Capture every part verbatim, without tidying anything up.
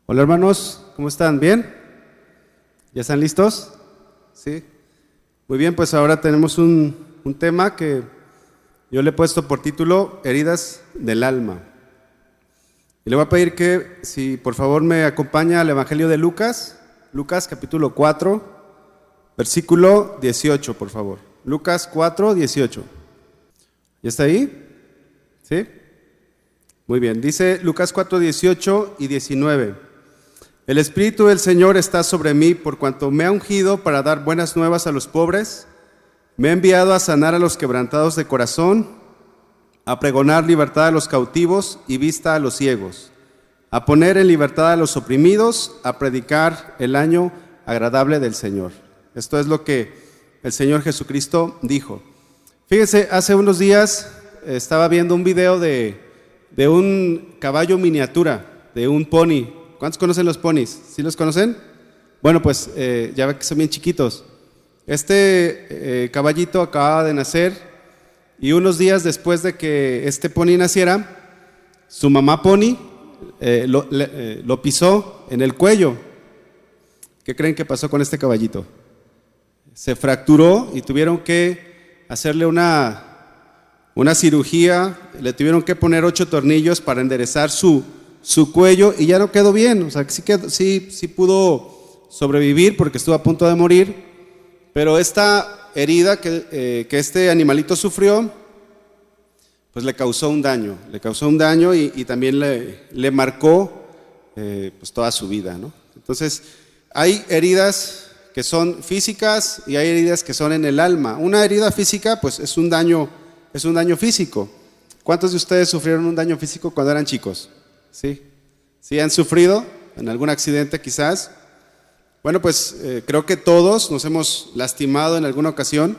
Hola hermanos, ¿cómo están? ¿Bien? ¿Ya están listos? ¿Sí? Muy bien, pues ahora tenemos un, un tema que yo le he puesto por título Heridas del alma. Y le voy a pedir que, si por favor me acompaña al Evangelio de Lucas, Lucas capítulo cuatro, versículo dieciocho, por favor. Lucas cuatro, dieciocho. ¿Ya está ahí? ¿Sí? Muy bien, dice Lucas cuatro, dieciocho y diecinueve. El Espíritu del Señor está sobre mí, por cuanto me ha ungido para dar buenas nuevas a los pobres, me ha enviado a sanar a los quebrantados de corazón, a pregonar libertad a los cautivos y vista a los ciegos, a poner en libertad a los oprimidos, a predicar el año agradable del Señor. Esto es lo que el Señor Jesucristo dijo. Fíjense, hace unos días eh, estaba viendo un video de, de un caballo miniatura, de un pony. ¿Cuántos conocen los ponis? ¿Sí los conocen? Bueno, pues eh, ya ven que son bien chiquitos. Este eh, caballito acababa de nacer y unos días después de que este pony naciera, su mamá pony eh, lo, le, eh, lo pisó en el cuello. ¿Qué creen que pasó con este caballito? Se fracturó y tuvieron que hacerle una, una cirugía, le tuvieron que poner ocho tornillos para enderezar su su cuello y ya no quedó bien, o sea, sí, quedó, sí, sí pudo sobrevivir porque estuvo a punto de morir, pero esta herida que, eh, que este animalito sufrió, pues le causó un daño, le causó un daño y, y también le, le marcó eh, pues toda su vida, ¿no? Entonces, hay heridas que son físicas y hay heridas que son en el alma. Una herida física, pues es un daño, es un daño físico. ¿Cuántos de ustedes sufrieron un daño físico cuando eran chicos? ¿Sí? ¿Sí han sufrido en algún accidente quizás? Bueno, pues eh, creo que todos nos hemos lastimado en alguna ocasión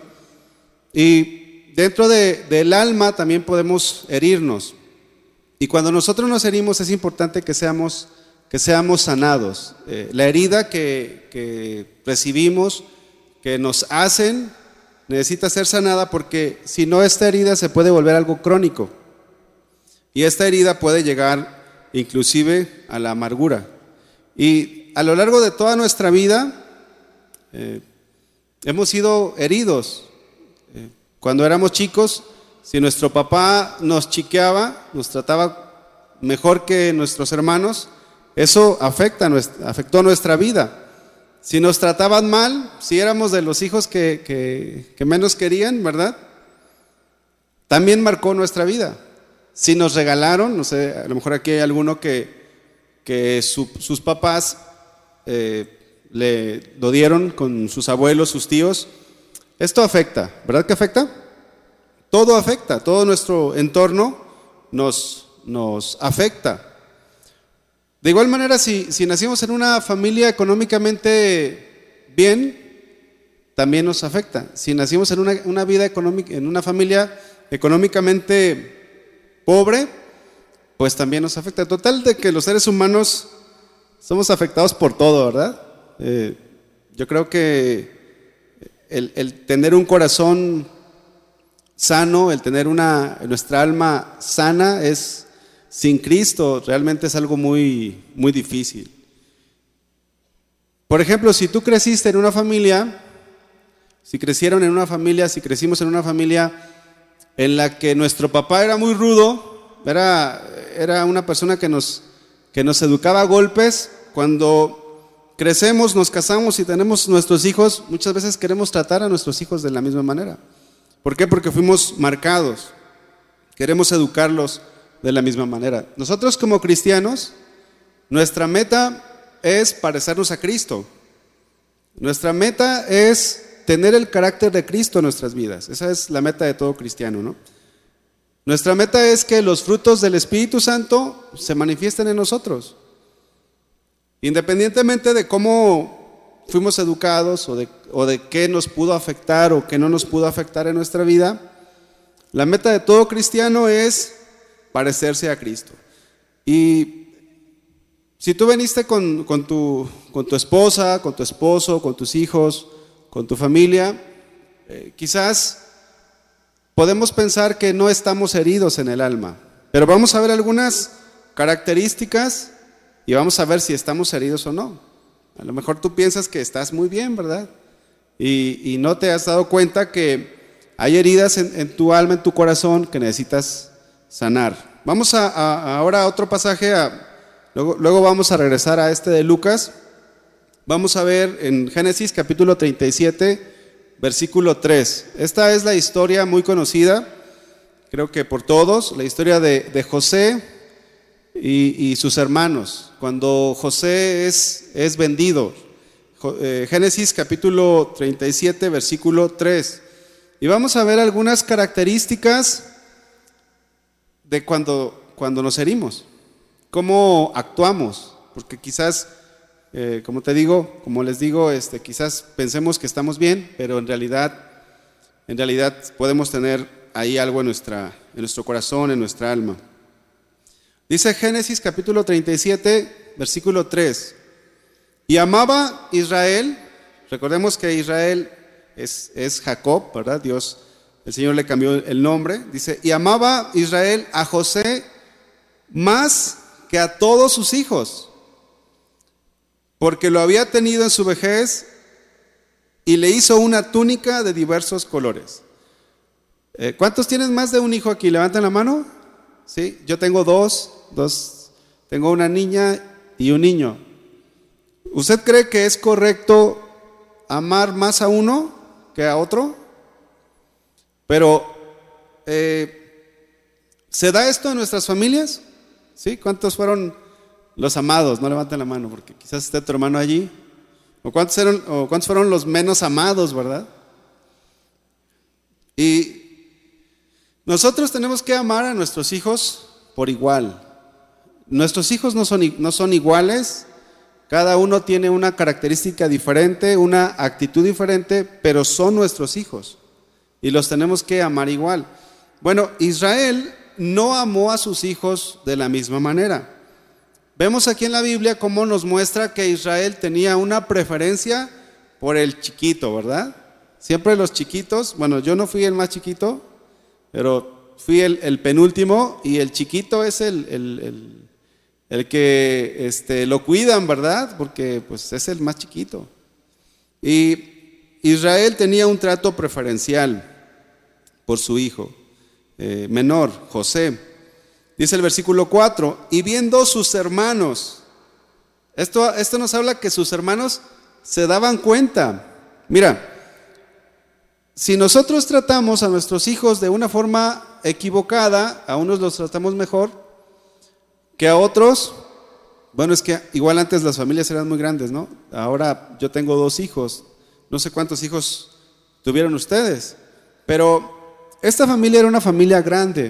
y dentro de, del alma también podemos herirnos. Y cuando nosotros nos herimos es importante que seamos, que seamos sanados. Eh, la herida que, que recibimos, que nos hacen, necesita ser sanada porque si no, esta herida se puede volver algo crónico y esta herida puede llegar inclusive a la amargura. Y a lo largo de toda nuestra vida eh, hemos sido heridos. Eh, cuando éramos chicos, si nuestro papá nos chiqueaba, nos trataba mejor que nuestros hermanos, eso afecta, afectó nuestra vida. Si nos trataban mal, si éramos de los hijos que, que, que menos querían, ¿verdad? También marcó nuestra vida. Si nos regalaron, no sé, a lo mejor aquí hay alguno que, que su, sus papás eh, le lo dieron con sus abuelos, sus tíos. Esto afecta, ¿verdad que afecta? Todo afecta, todo nuestro entorno nos, nos afecta. De igual manera, si, si nacimos en una familia económicamente bien, también nos afecta. Si nacimos en una, una vida económica, en una familia económicamente pobre, pues también nos afecta. Total de que los seres humanos somos afectados por todo, ¿verdad? Eh, yo creo que el, el tener un corazón sano, el tener una, nuestra alma sana, es sin Cristo realmente es algo muy, muy difícil. Por ejemplo, si tú creciste en una familia, si crecieron en una familia, si crecimos en una familia en la que nuestro papá era muy rudo, era, era una persona que nos, que nos educaba a golpes. Cuando crecemos, nos casamos y tenemos nuestros hijos, muchas veces queremos tratar a nuestros hijos de la misma manera. ¿Por qué? Porque fuimos marcados, queremos educarlos de la misma manera. Nosotros como cristianos, nuestra meta es parecernos a Cristo. Nuestra meta es tener el carácter de Cristo en nuestras vidas. Esa es la meta de todo cristiano, ¿no? Nuestra meta es que los frutos del Espíritu Santo se manifiesten en nosotros. Independientemente de cómo fuimos educados o de, o de qué nos pudo afectar o qué no nos pudo afectar en nuestra vida, la meta de todo cristiano es parecerse a Cristo. Y si tú viniste con, con, tu, con tu esposa, con tu esposo, con tus hijos, con tu familia, eh, quizás podemos pensar que no estamos heridos en el alma, pero vamos a ver algunas características y vamos a ver si estamos heridos o no. A lo mejor tú piensas que estás muy bien, ¿verdad? Y, y no te has dado cuenta que hay heridas en, en tu alma, en tu corazón, que necesitas sanar. Vamos a, a, ahora a otro pasaje, a, luego, luego vamos a regresar a este de Lucas. Vamos a ver en Génesis capítulo treinta y siete, versículo tres. Esta es la historia muy conocida, creo que por todos, la historia de, de José y, y sus hermanos, cuando José es, es vendido. Génesis capítulo treinta y siete, versículo tres. Y vamos a ver algunas características de cuando, cuando nos herimos, cómo actuamos, porque quizás, eh, como te digo, como les digo, este, quizás pensemos que estamos bien, pero en realidad, en realidad podemos tener ahí algo en, nuestra, en nuestro corazón, en nuestra alma. Dice Génesis capítulo treinta y siete, versículo tres. Y amaba Israel, recordemos que Israel es, es Jacob, ¿verdad? Dios, el Señor le cambió el nombre. Dice, y amaba Israel a José más que a todos sus hijos, porque lo había tenido en su vejez y le hizo una túnica de diversos colores. Eh, ¿Cuántos tienen más de un hijo aquí? Levanten la mano. Sí, yo tengo dos, dos, tengo una niña y un niño. ¿Usted cree que es correcto amar más a uno que a otro? Pero, eh, ¿se da esto en nuestras familias? ¿Sí? ¿Cuántos fueron los amados? No levanten la mano porque quizás esté tu hermano allí. ¿O cuántos, eran, o cuántos fueron los menos amados, verdad? Y nosotros tenemos que amar a nuestros hijos por igual. Nuestros hijos no son, no son iguales. Cada uno tiene una característica diferente, una actitud diferente, pero son nuestros hijos y los tenemos que amar igual. Bueno, Israel no amó a sus hijos de la misma manera. Vemos aquí en la Biblia cómo nos muestra que Israel tenía una preferencia por el chiquito, ¿verdad? Siempre los chiquitos, bueno, yo no fui el más chiquito, pero fui el, el penúltimo, y el chiquito es el... el, el El que este, lo cuidan, ¿verdad? Porque pues es el más chiquito. Y Israel tenía un trato preferencial por su hijo eh, menor, José. Dice el versículo cuatro, y viendo sus hermanos, esto, esto nos habla que sus hermanos se daban cuenta. Mira, si nosotros tratamos a nuestros hijos de una forma equivocada, a unos los tratamos mejor que a otros. Bueno, es que igual antes las familias eran muy grandes, ¿no? Ahora yo tengo dos hijos, no sé cuántos hijos tuvieron ustedes, pero esta familia era una familia grande,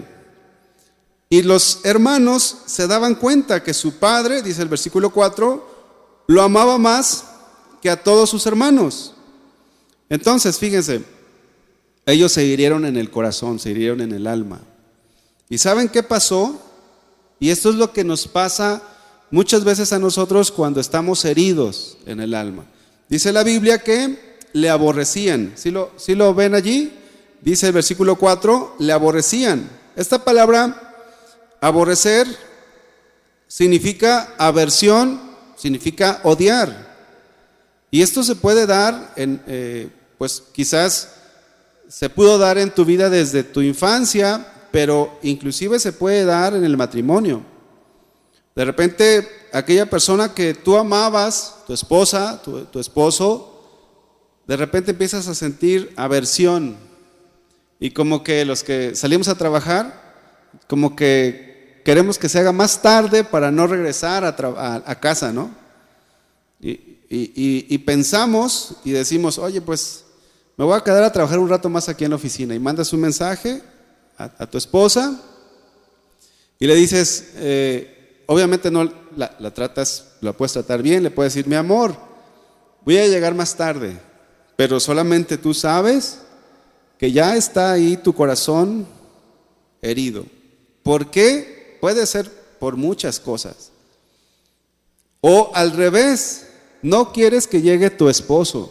y los hermanos se daban cuenta que su padre, dice el versículo cuatro, lo amaba más que a todos sus hermanos. Entonces, fíjense, ellos se hirieron en el corazón, se hirieron en el alma. ¿Y saben qué pasó? Y esto es lo que nos pasa muchas veces a nosotros cuando estamos heridos en el alma. Dice la Biblia que le aborrecían. ¿Sí lo, sí lo ven allí? Dice el versículo cuatro, le aborrecían. Esta palabra aborrecer significa aversión, significa odiar. Y esto se puede dar, en, eh, pues quizás se pudo dar en tu vida desde tu infancia, pero inclusive se puede dar en el matrimonio. De repente, aquella persona que tú amabas, tu esposa, tu, tu esposo, de repente empiezas a sentir aversión, y como que los que salimos a trabajar, como que queremos que se haga más tarde para no regresar a, a, a casa, ¿no? Y, y, y, y pensamos y decimos, oye, pues me voy a quedar a trabajar un rato más aquí en la oficina, y mandas un mensaje A, a tu esposa y le dices, eh, obviamente no la, la tratas, la puedes tratar bien, le puedes decir, mi amor, voy a llegar más tarde, pero solamente tú sabes que ya está ahí tu corazón herido. ¿Por qué? Puede ser por muchas cosas. O al revés, no quieres que llegue tu esposo.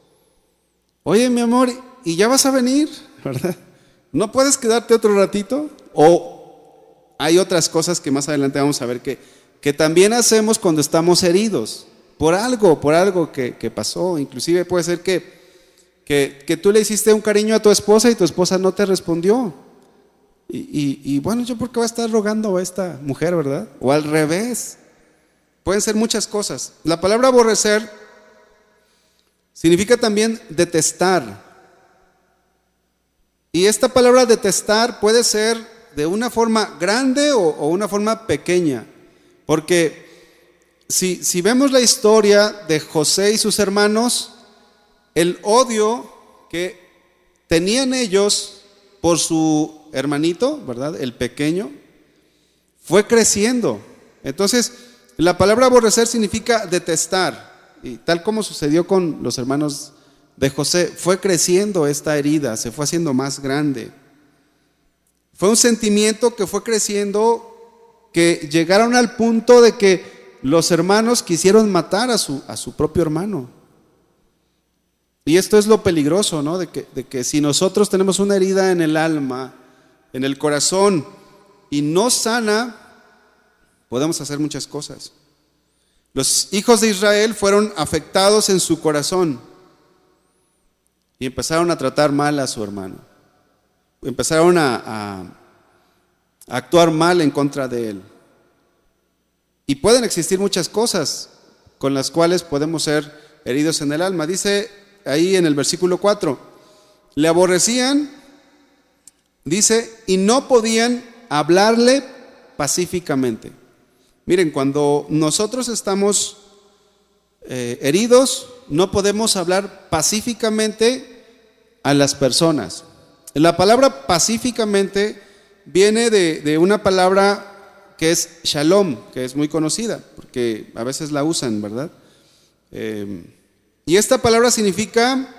Oye, mi amor, ¿y ya vas a venir? ¿Verdad? ¿No puedes quedarte otro ratito? O hay otras cosas que más adelante vamos a ver que, que también hacemos cuando estamos heridos, por algo, por algo que, que pasó. Inclusive puede ser que, que, que tú le hiciste un cariño a tu esposa y tu esposa no te respondió. Y, y, y bueno, yo por qué voy a estar rogando a esta mujer, ¿verdad? O al revés. Pueden ser muchas cosas. La palabra aborrecer significa también detestar. Y esta palabra detestar puede ser de una forma grande o, o una forma pequeña. Porque si, si vemos la historia de José y sus hermanos, el odio que tenían ellos por su hermanito, ¿verdad? El pequeño, fue creciendo. Entonces, la palabra aborrecer significa detestar. Y tal como sucedió con los hermanos de José, fue creciendo esta herida, se fue haciendo más grande. Fue un sentimiento que fue creciendo, que llegaron al punto de que los hermanos quisieron matar a su, a su propio hermano. Y esto es lo peligroso, ¿no? De que, de que si nosotros tenemos una herida en el alma, en el corazón, y no sana, podemos hacer muchas cosas. Los hijos de Israel fueron afectados en su corazón y empezaron a tratar mal a su hermano. Empezaron a, a, a actuar mal en contra de él. Y pueden existir muchas cosas con las cuales podemos ser heridos en el alma. Dice ahí en el versículo cuatro, le aborrecían, dice, y no podían hablarle pacíficamente. Miren, cuando nosotros estamos eh, heridos, no podemos hablar pacíficamente a las personas. La palabra pacíficamente viene de, de una palabra que es shalom, que es muy conocida, porque a veces la usan, ¿verdad? Eh, y esta palabra significa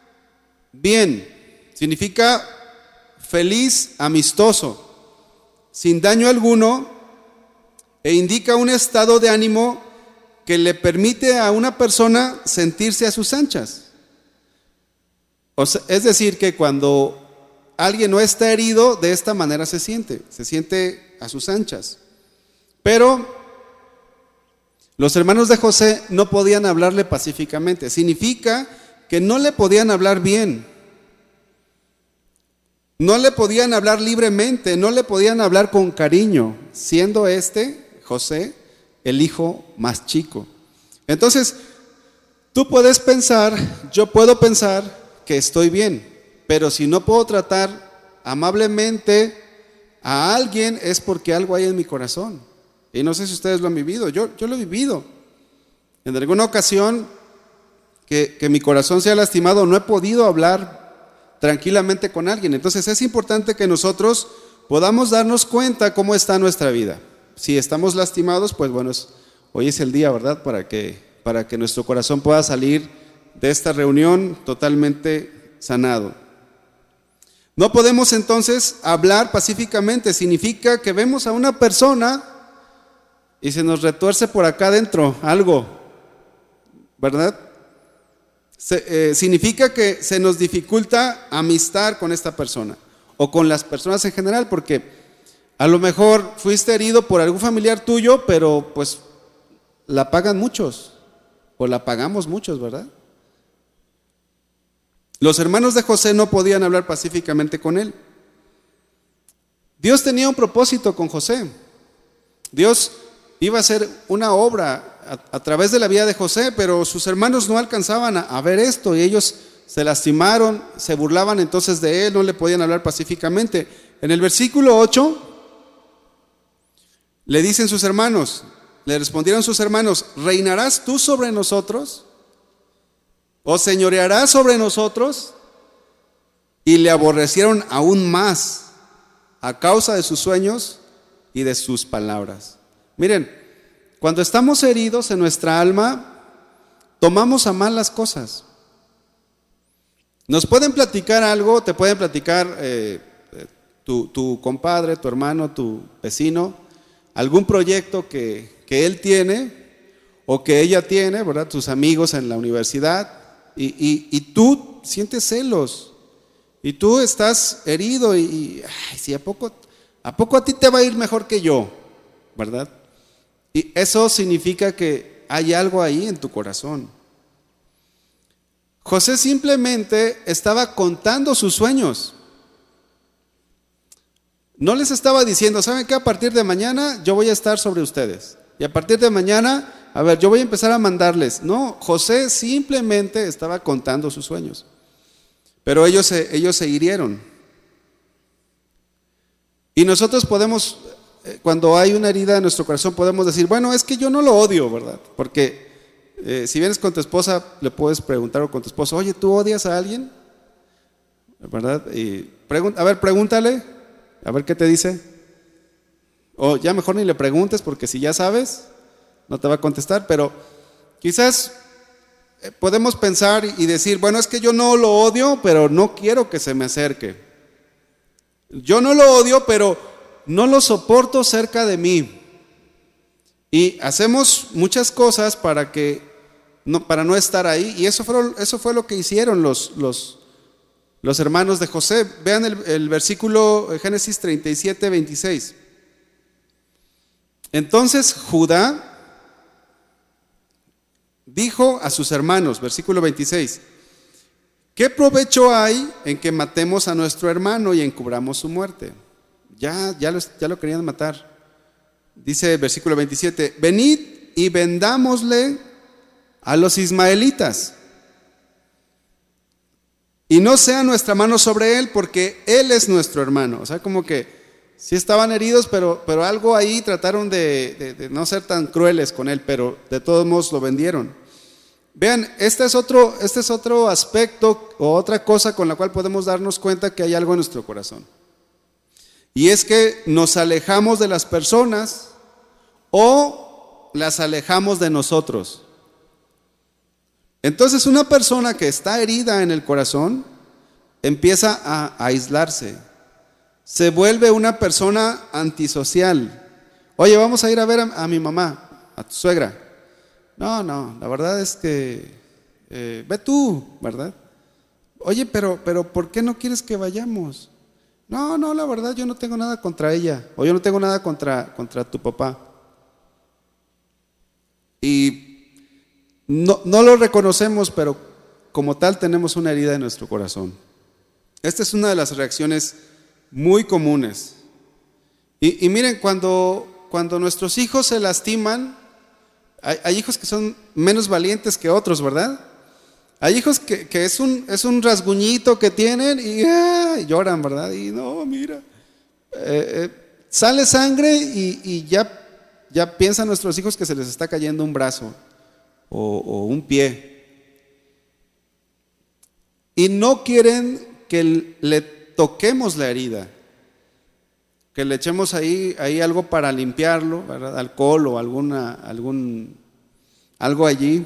bien, significa feliz, amistoso, sin daño alguno, e indica un estado de ánimo que le permite a una persona sentirse a sus anchas. O sea, es decir, que cuando alguien no está herido, de esta manera se siente, se siente a sus anchas. Pero los hermanos de José no podían hablarle pacíficamente. Significa que no le podían hablar bien. No le podían hablar libremente, no le podían hablar con cariño, siendo este, José, el hijo más chico. Entonces, tú puedes pensar, yo puedo pensar que estoy bien, pero si no puedo tratar amablemente a alguien es porque algo hay en mi corazón. Y no sé si ustedes lo han vivido, yo, yo lo he vivido. En alguna ocasión que, que mi corazón se ha lastimado, no he podido hablar tranquilamente con alguien. Entonces es importante que nosotros podamos darnos cuenta cómo está nuestra vida. Si estamos lastimados, pues bueno, es, hoy es el día, ¿verdad? Para que, para que nuestro corazón pueda salir de esta reunión totalmente sanado. No podemos entonces hablar pacíficamente. Significa que vemos a una persona y se nos retuerce por acá adentro algo, ¿verdad? Se, eh, significa que se nos dificulta amistad con esta persona o con las personas en general, porque a lo mejor fuiste herido por algún familiar tuyo, pero pues la pagan muchos o la pagamos muchos, ¿verdad? Los hermanos de José no podían hablar pacíficamente con él. Dios tenía un propósito con José. Dios iba a hacer una obra a, a través de la vida de José, pero sus hermanos no alcanzaban a, a ver esto y ellos se lastimaron, se burlaban entonces de él, no le podían hablar pacíficamente. En el versículo ocho le dicen sus hermanos, le respondieron sus hermanos, ¿reinarás tú sobre nosotros? ¿O señorearás sobre nosotros? Y le aborrecieron aún más a causa de sus sueños y de sus palabras. Miren, cuando estamos heridos en nuestra alma, tomamos a mal las cosas. Nos pueden platicar algo, te pueden platicar eh, tu, tu compadre, tu hermano, tu vecino, algún proyecto que, que él tiene o que ella tiene, ¿verdad? Tus amigos en la universidad, y, y, y tú sientes celos, y tú estás herido, y, y ay, si a poco, a poco a ti te va a ir mejor que yo, ¿verdad? Y eso significa que hay algo ahí en tu corazón. José simplemente estaba contando sus sueños. No les estaba diciendo, ¿saben qué? A partir de mañana yo voy a estar sobre ustedes. Y a partir de mañana, a ver, yo voy a empezar a mandarles. No, José simplemente estaba contando sus sueños. Pero ellos se, ellos se hirieron. Y nosotros podemos, cuando hay una herida en nuestro corazón, podemos decir, bueno, es que yo no lo odio, ¿verdad? Porque eh, si vienes con tu esposa, le puedes preguntar o con tu esposo, oye, ¿tú odias a alguien? ¿Verdad? Y pregun- a ver, pregúntale, a ver qué te dice. O ya mejor ni le preguntes, porque si ya sabes, no te va a contestar. Pero quizás podemos pensar y decir, bueno, es que yo no lo odio, pero no quiero que se me acerque. Yo no lo odio, pero no lo soporto cerca de mí. Y hacemos muchas cosas para que no, para no estar ahí. Y eso fue, eso fue lo que hicieron los, los, los hermanos de José. Vean el, el versículo Génesis treinta y siete, veintiséis. Entonces Judá dijo a sus hermanos, versículo veintiséis, ¿qué provecho hay en que matemos a nuestro hermano y encubramos su muerte? Ya, ya, lo, ya lo querían matar. Dice el versículo veintisiete, venid y vendámosle a los ismaelitas, y no sea nuestra mano sobre él, porque él es nuestro hermano. O sea, como que sí estaban heridos, pero, pero algo ahí trataron de, de, de no ser tan crueles con él, pero de todos modos lo vendieron. Vean, este es otro, este es otro aspecto o otra cosa con la cual podemos darnos cuenta que hay algo en nuestro corazón. Y es que nos alejamos de las personas o las alejamos de nosotros. Entonces una persona que está herida en el corazón empieza a, a aislarse. Se vuelve una persona antisocial. Oye, vamos a ir a ver a, a mi mamá, a tu suegra. No, no, la verdad es que eh, ve tú, ¿verdad? Oye, pero, pero ¿por qué no quieres que vayamos? No, no, la verdad yo no tengo nada contra ella, o yo no tengo nada contra, contra tu papá. Y no, no lo reconocemos, pero como tal tenemos una herida en nuestro corazón. Esta es una de las reacciones muy comunes. Y, y miren, cuando, cuando nuestros hijos se lastiman, hay, hay hijos que son menos valientes que otros, ¿verdad? Hay hijos que, que es, un, es un rasguñito que tienen y ah, lloran, ¿verdad? Y no, mira, eh, eh, sale sangre y, y ya, ya piensan nuestros hijos que se les está cayendo un brazo o, o un pie. Y no quieren que le toquemos la herida, que le echemos ahí, ahí algo para limpiarlo, ¿verdad? Alcohol o alguna, algún, algo allí.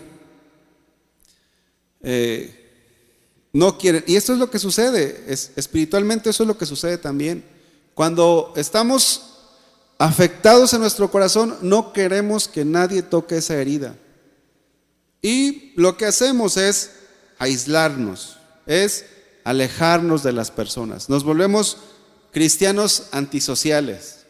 Eh, no quieren, y esto es lo que sucede, es, espiritualmente eso es lo que sucede también. Cuando estamos afectados en nuestro corazón, no queremos que nadie toque esa herida. Y lo que hacemos es aislarnos, es alejarnos de las personas. Nos volvemos cristianos antisociales.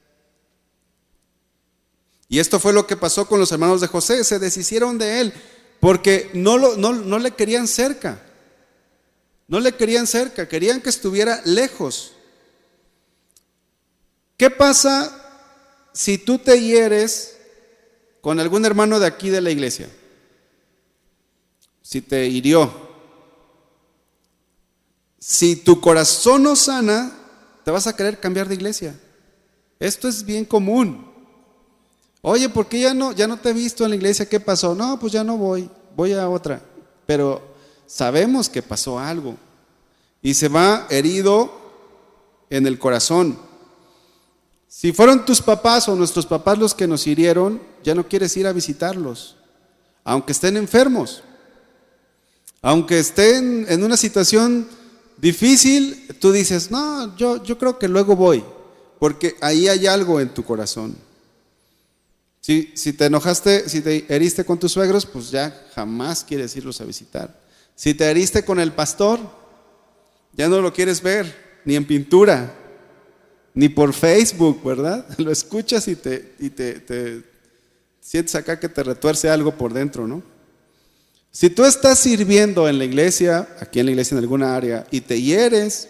Y esto fue lo que pasó con los hermanos de José, se deshicieron de él. Porque no, lo, no, no le querían cerca, no le querían cerca, querían que estuviera lejos. ¿Qué pasa si tú te hieres con algún hermano de aquí de la iglesia? Si te hirió, si tu corazón no sana, te vas a querer cambiar de iglesia. Esto es bien común. Oye, ¿por qué ya no, ya no te he visto en la iglesia? ¿Qué pasó? No, pues ya no voy, voy a otra. Pero sabemos que pasó algo y se va herido en el corazón. Si fueron tus papás o nuestros papás los que nos hirieron, ya no quieres ir a visitarlos, aunque estén enfermos, aunque estén en una situación difícil, tú dices, no, yo, yo creo que luego voy, porque ahí hay algo en tu corazón. Si, si te enojaste, si te heriste con tus suegros, pues ya jamás quieres irlos a visitar. Si te heriste con el pastor, ya no lo quieres ver, ni en pintura, ni por Facebook, ¿verdad? Lo escuchas y te, y te, te, sientes acá que te retuerce algo por dentro, ¿no? Si tú estás sirviendo en la iglesia, aquí en la iglesia en alguna área, y te hieres,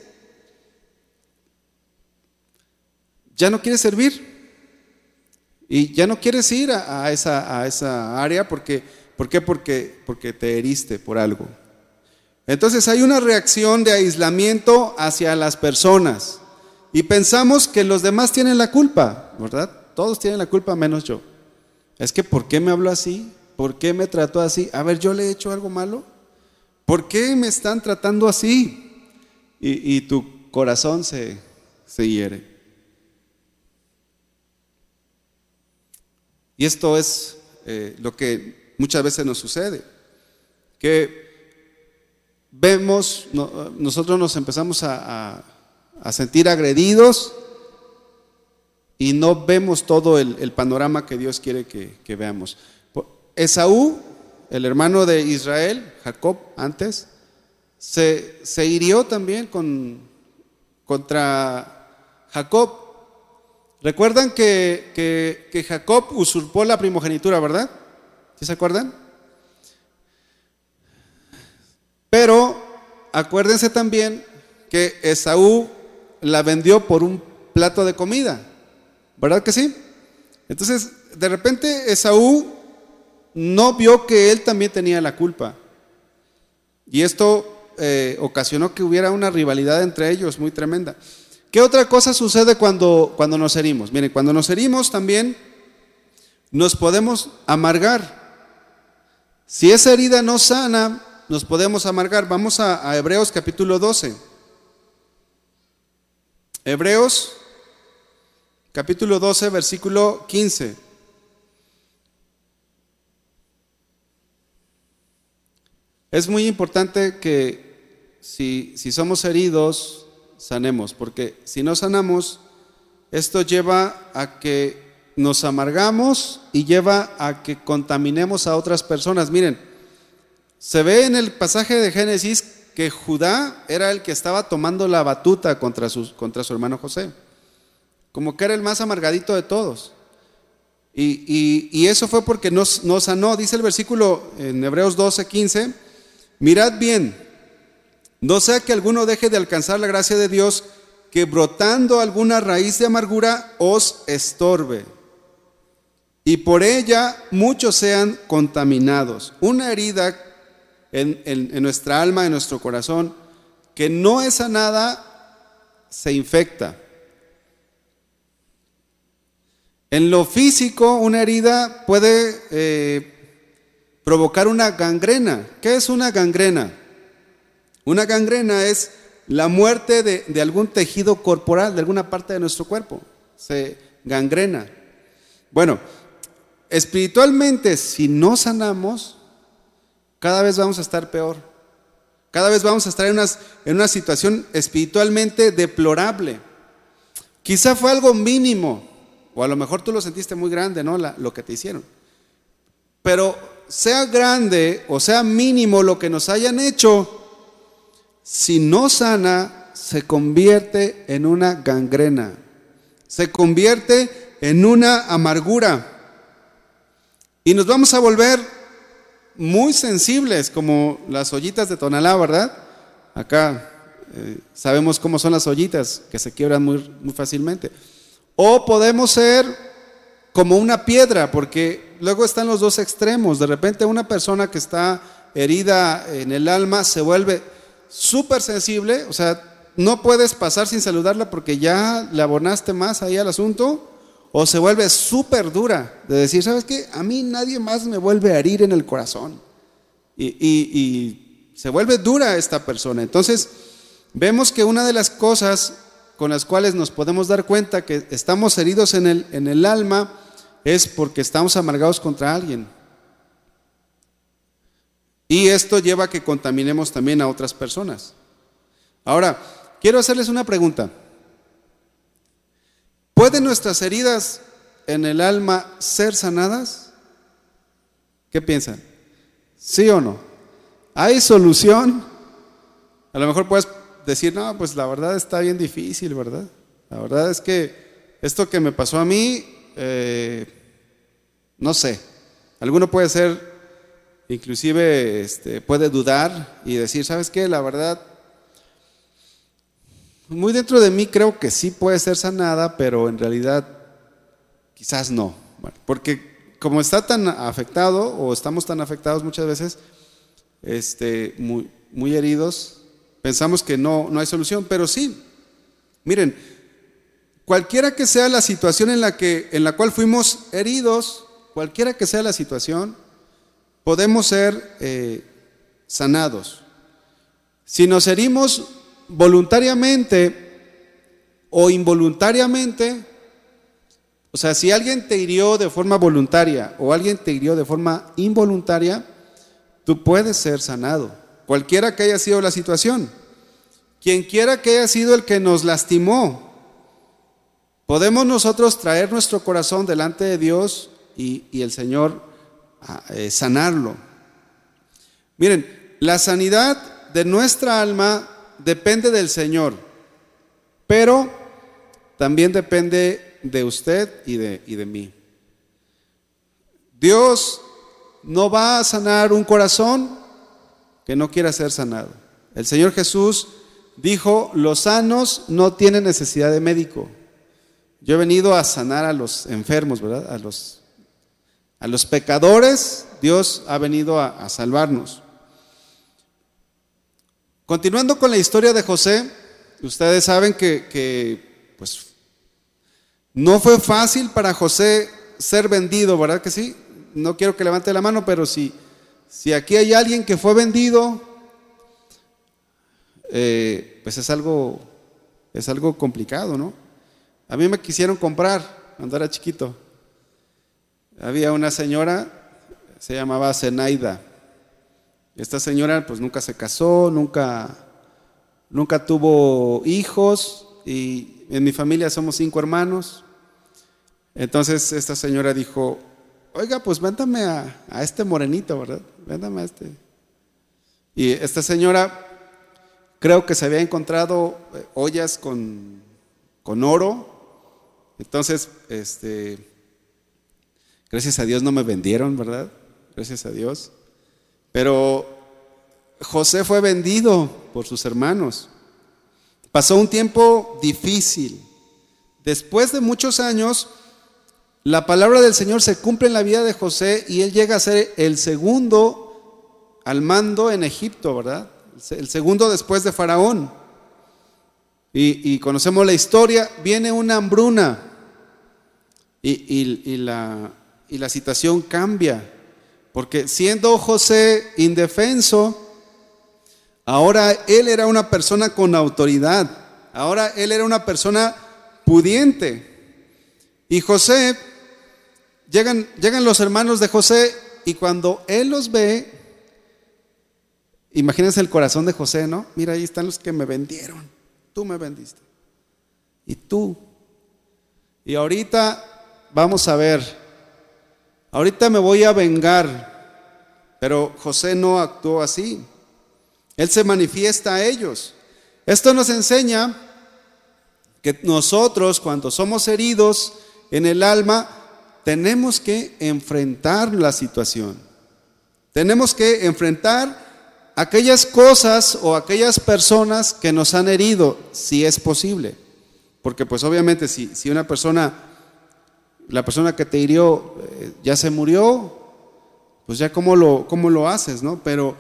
ya no quieres servir. Y ya no quieres ir a, a, esa, a esa área porque, ¿por qué? Porque, porque te heriste por algo. Entonces hay una reacción de aislamiento hacia las personas y pensamos que los demás tienen la culpa, ¿verdad? Todos tienen la culpa menos yo. Es que ¿por qué me habló así? ¿Por qué me trató así? A ver, ¿yo le he hecho algo malo? ¿Por qué me están tratando así? Y, y tu corazón se, se hiere. Y esto es eh, lo que muchas veces nos sucede, que vemos, no, nosotros nos empezamos a, a, a sentir agredidos y no vemos todo el, el panorama que Dios quiere que, que veamos. Esaú, el hermano de Israel, Jacob antes, se, se hirió también con, contra Jacob. ¿Recuerdan que, que, que Jacob usurpó la primogenitura, verdad? ¿Sí se acuerdan? Pero acuérdense también que Esaú la vendió por un plato de comida, ¿verdad que sí? Entonces, de repente Esaú no vio que él también tenía la culpa. Y esto eh, ocasionó que hubiera una rivalidad entre ellos muy tremenda. ¿Qué otra cosa sucede cuando, cuando nos herimos? Miren, cuando nos herimos también nos podemos amargar. Si esa herida no sana, nos podemos amargar. Vamos a, a Hebreos capítulo doce. Hebreos capítulo doce, versículo quince. Es muy importante que si, si somos heridos, sanemos, porque si no sanamos, esto lleva a que nos amargamos y lleva a que contaminemos a otras personas. Miren, se ve en el pasaje de Génesis que Judá era el que estaba tomando la batuta contra su, contra su hermano José, como que era el más amargadito de todos. Y, y, y eso fue porque no, no sanó. Dice el versículo en Hebreos doce, quince, mirad bien, no sea que alguno deje de alcanzar la gracia de Dios, que brotando alguna raíz de amargura os estorbe, y por ella muchos sean contaminados. Una herida en, en, en nuestra alma, en nuestro corazón, que no es sanada, se infecta. En lo físico, una herida puede eh, provocar una gangrena. ¿Qué es una gangrena? Una gangrena es la muerte de, de algún tejido corporal, de alguna parte de nuestro cuerpo. Se gangrena. Bueno, espiritualmente, si no sanamos, cada vez vamos a estar peor. Cada vez vamos a estar en una, en una situación espiritualmente deplorable. Quizá fue algo mínimo, o a lo mejor tú lo sentiste muy grande, ¿no? La, lo que te hicieron. Pero sea grande o sea mínimo lo que nos hayan hecho, si no sana, se convierte en una gangrena, se convierte en una amargura y nos vamos a volver muy sensibles, como las ollitas de Tonalá, ¿verdad? Acá eh, sabemos cómo son las ollitas, que se quiebran muy, muy fácilmente. O podemos ser como una piedra, porque luego están los dos extremos. De repente una persona que está herida en el alma se vuelve súper sensible, o sea, no puedes pasar sin saludarla porque ya le abonaste más ahí al asunto, o se vuelve súper dura, de decir, ¿sabes qué? A mí nadie más me vuelve a herir en el corazón. Y, y, y se vuelve dura esta persona. Entonces, vemos que una de las cosas con las cuales nos podemos dar cuenta que estamos heridos en el, en el alma es porque estamos amargados contra alguien. Y esto lleva a que contaminemos también a otras personas. Ahora, quiero hacerles una pregunta. ¿Pueden nuestras heridas en el alma ser sanadas? ¿Qué piensan? ¿Sí o no? ¿Hay solución? A lo mejor puedes decir, no, pues la verdad está bien difícil, ¿verdad? La verdad es que esto que me pasó a mí, eh, No sé, alguno puede ser, inclusive este, puede dudar y decir, ¿sabes qué? La verdad, muy dentro de mí creo que sí puede ser sanada, pero en realidad quizás no. Bueno, porque como está tan afectado o estamos tan afectados muchas veces, este, muy, muy heridos, pensamos que no, no hay solución, pero sí. Miren, cualquiera que sea la situación en la, que, en la cual fuimos heridos, cualquiera que sea la situación, podemos ser eh, sanados. Si nos herimos voluntariamente o involuntariamente, o sea, si alguien te hirió de forma voluntaria o alguien te hirió de forma involuntaria, tú puedes ser sanado, cualquiera que haya sido la situación. Quien quiera que haya sido el que nos lastimó, podemos nosotros traer nuestro corazón delante de Dios y, y el Señor eh, sanarlo. Miren, la sanidad de nuestra alma depende del Señor, pero también depende de usted y de, y de mí. Dios no va a sanar un corazón que no quiera ser sanado. El Señor Jesús dijo, los sanos no tienen necesidad de médico. Yo he venido a sanar a los enfermos, ¿verdad? A los, a los pecadores, Dios ha venido a, a salvarnos. Continuando con la historia de José, ustedes saben que, que pues, no fue fácil para José ser vendido, ¿verdad que sí? No quiero que levante la mano, pero si, si aquí hay alguien que fue vendido, eh, pues es algo, es algo complicado, ¿no? A mí me quisieron comprar cuando era chiquito. Había una señora, se llamaba Zenaida. Esta señora pues nunca se casó, nunca, nunca tuvo hijos, y en mi familia somos cinco hermanos. Entonces esta señora dijo, oiga, pues véndame a, a este morenito, ¿verdad? Véndame a este. Y esta señora creo que se había encontrado ollas con, con oro. Entonces, este, gracias a Dios no me vendieron, ¿verdad? Gracias a Dios. Pero José fue vendido por sus hermanos. Pasó un tiempo difícil. Después de muchos años, la palabra del Señor se cumple en la vida de José y él llega a ser el segundo al mando en Egipto, ¿verdad? El segundo después de Faraón. Y, y conocemos la historia. Viene una hambruna y, y, y, la, y la situación cambia. Porque siendo José indefenso, ahora él era una persona con autoridad. Ahora él era una persona pudiente. Y José, llegan, llegan los hermanos de José y cuando él los ve, imagínense el corazón de José, ¿no? Mira, ahí están los que me vendieron. Tú me vendiste. Y tú. Y ahorita vamos a ver. Ahorita me voy a vengar. Pero José no actuó así. Él se manifiesta a ellos. Esto nos enseña que nosotros, cuando somos heridos en el alma, tenemos que enfrentar la situación. Tenemos que enfrentar aquellas cosas o aquellas personas que nos han herido, si es posible. Porque pues obviamente si, si una persona, la persona que te hirió eh, ya se murió, pues ya cómo lo, cómo lo haces, ¿no? Pero